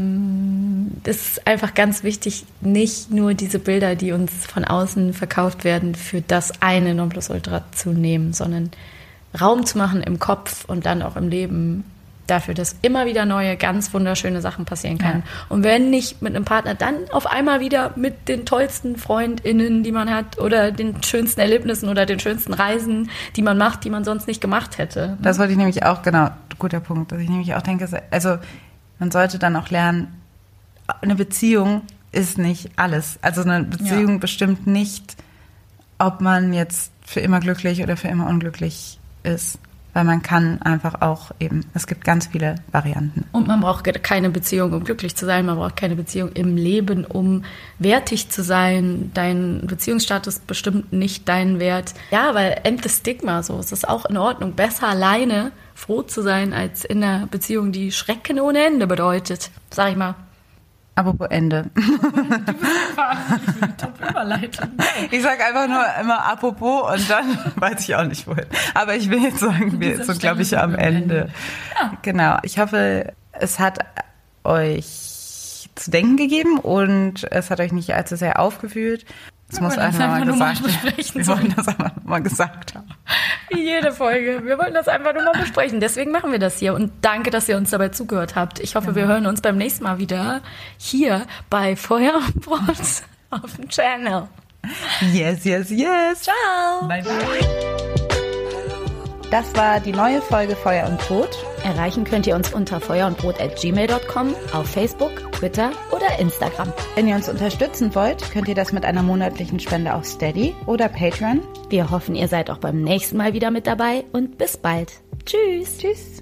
es ist einfach ganz wichtig, nicht nur diese Bilder, die uns von außen verkauft werden, für das eine Nonplusultra zu nehmen, sondern Raum zu machen im Kopf und dann auch im Leben dafür, dass immer wieder neue, ganz wunderschöne Sachen passieren kann. Ja. Und wenn nicht mit einem Partner, dann auf einmal wieder mit den tollsten FreundInnen, die man hat, oder den schönsten Erlebnissen oder den schönsten Reisen, die man macht, die man sonst nicht gemacht hätte. Das wollte ich nämlich auch, genau, guter Punkt, dass ich nämlich auch denke, also man sollte dann auch lernen, eine Beziehung ist nicht alles. Also eine Beziehung bestimmt nicht, ob man jetzt für immer glücklich oder für immer unglücklich ist. Weil man kann einfach auch eben, es gibt ganz viele Varianten. Und man braucht keine Beziehung, um glücklich zu sein. Man braucht keine Beziehung im Leben, um wertig zu sein. Dein Beziehungsstatus bestimmt nicht deinen Wert. Ja, weil end the stigma, so. Es ist auch in Ordnung. Besser alleine froh zu sein, als in einer Beziehung, die Schrecken ohne Ende bedeutet. Sag ich mal. Apropos Ende. Du bist verantwortlich für die Top-Überleitung. Ich sage einfach nur immer apropos und dann weiß ich auch nicht wohin. Aber ich will jetzt sagen, wir sind, glaube ich, am Ende. Ja. Genau. Ich hoffe, es hat euch zu denken gegeben und es hat euch nicht allzu sehr aufgewühlt. Das muss einfach mal gesagt werden. Wir wollten das einfach mal gesagt haben. Wie jede Folge. Wir wollten das einfach nur mal besprechen. Deswegen machen wir das hier. Und danke, dass ihr uns dabei zugehört habt. Ich hoffe, wir hören uns beim nächsten Mal wieder hier bei Feuer und Brot auf dem Channel. Yes, yes, yes. Ciao. Bye, bye. Das war die neue Folge Feuer und Brot. Erreichen könnt ihr uns unter feuerundbrot@gmail.com, auf Facebook, Twitter oder Instagram. Wenn ihr uns unterstützen wollt, könnt ihr das mit einer monatlichen Spende auf Steady oder Patreon. Wir hoffen, ihr seid auch beim nächsten Mal wieder mit dabei und bis bald. Tschüss. Tschüss.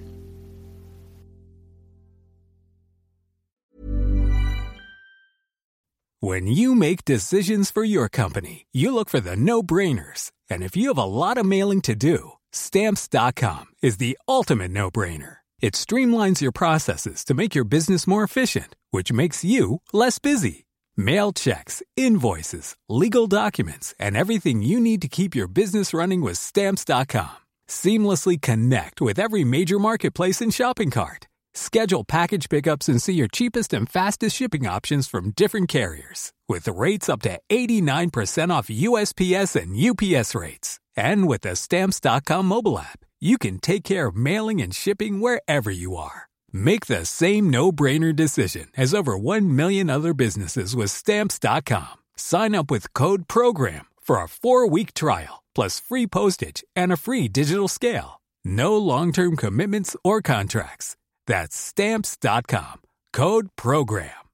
When you make decisions for your company, you look for the no-brainers. And if you have a lot of mailing to do, Stamps.com is the ultimate no-brainer. It streamlines your processes to make your business more efficient, which makes you less busy. Mail checks, invoices, legal documents, and everything you need to keep your business running with Stamps.com. Seamlessly connect with every major marketplace and shopping cart. Schedule package pickups and see your cheapest and fastest shipping options from different carriers, with rates up to 89% off USPS and UPS rates. And with the Stamps.com mobile app, you can take care of mailing and shipping wherever you are. Make the same no-brainer decision as over 1 million other businesses with Stamps.com. Sign up with code PROGRAM for a 4-week trial, plus free postage and a free digital scale. No long-term commitments or contracts. That's Stamps.com. Code PROGRAM.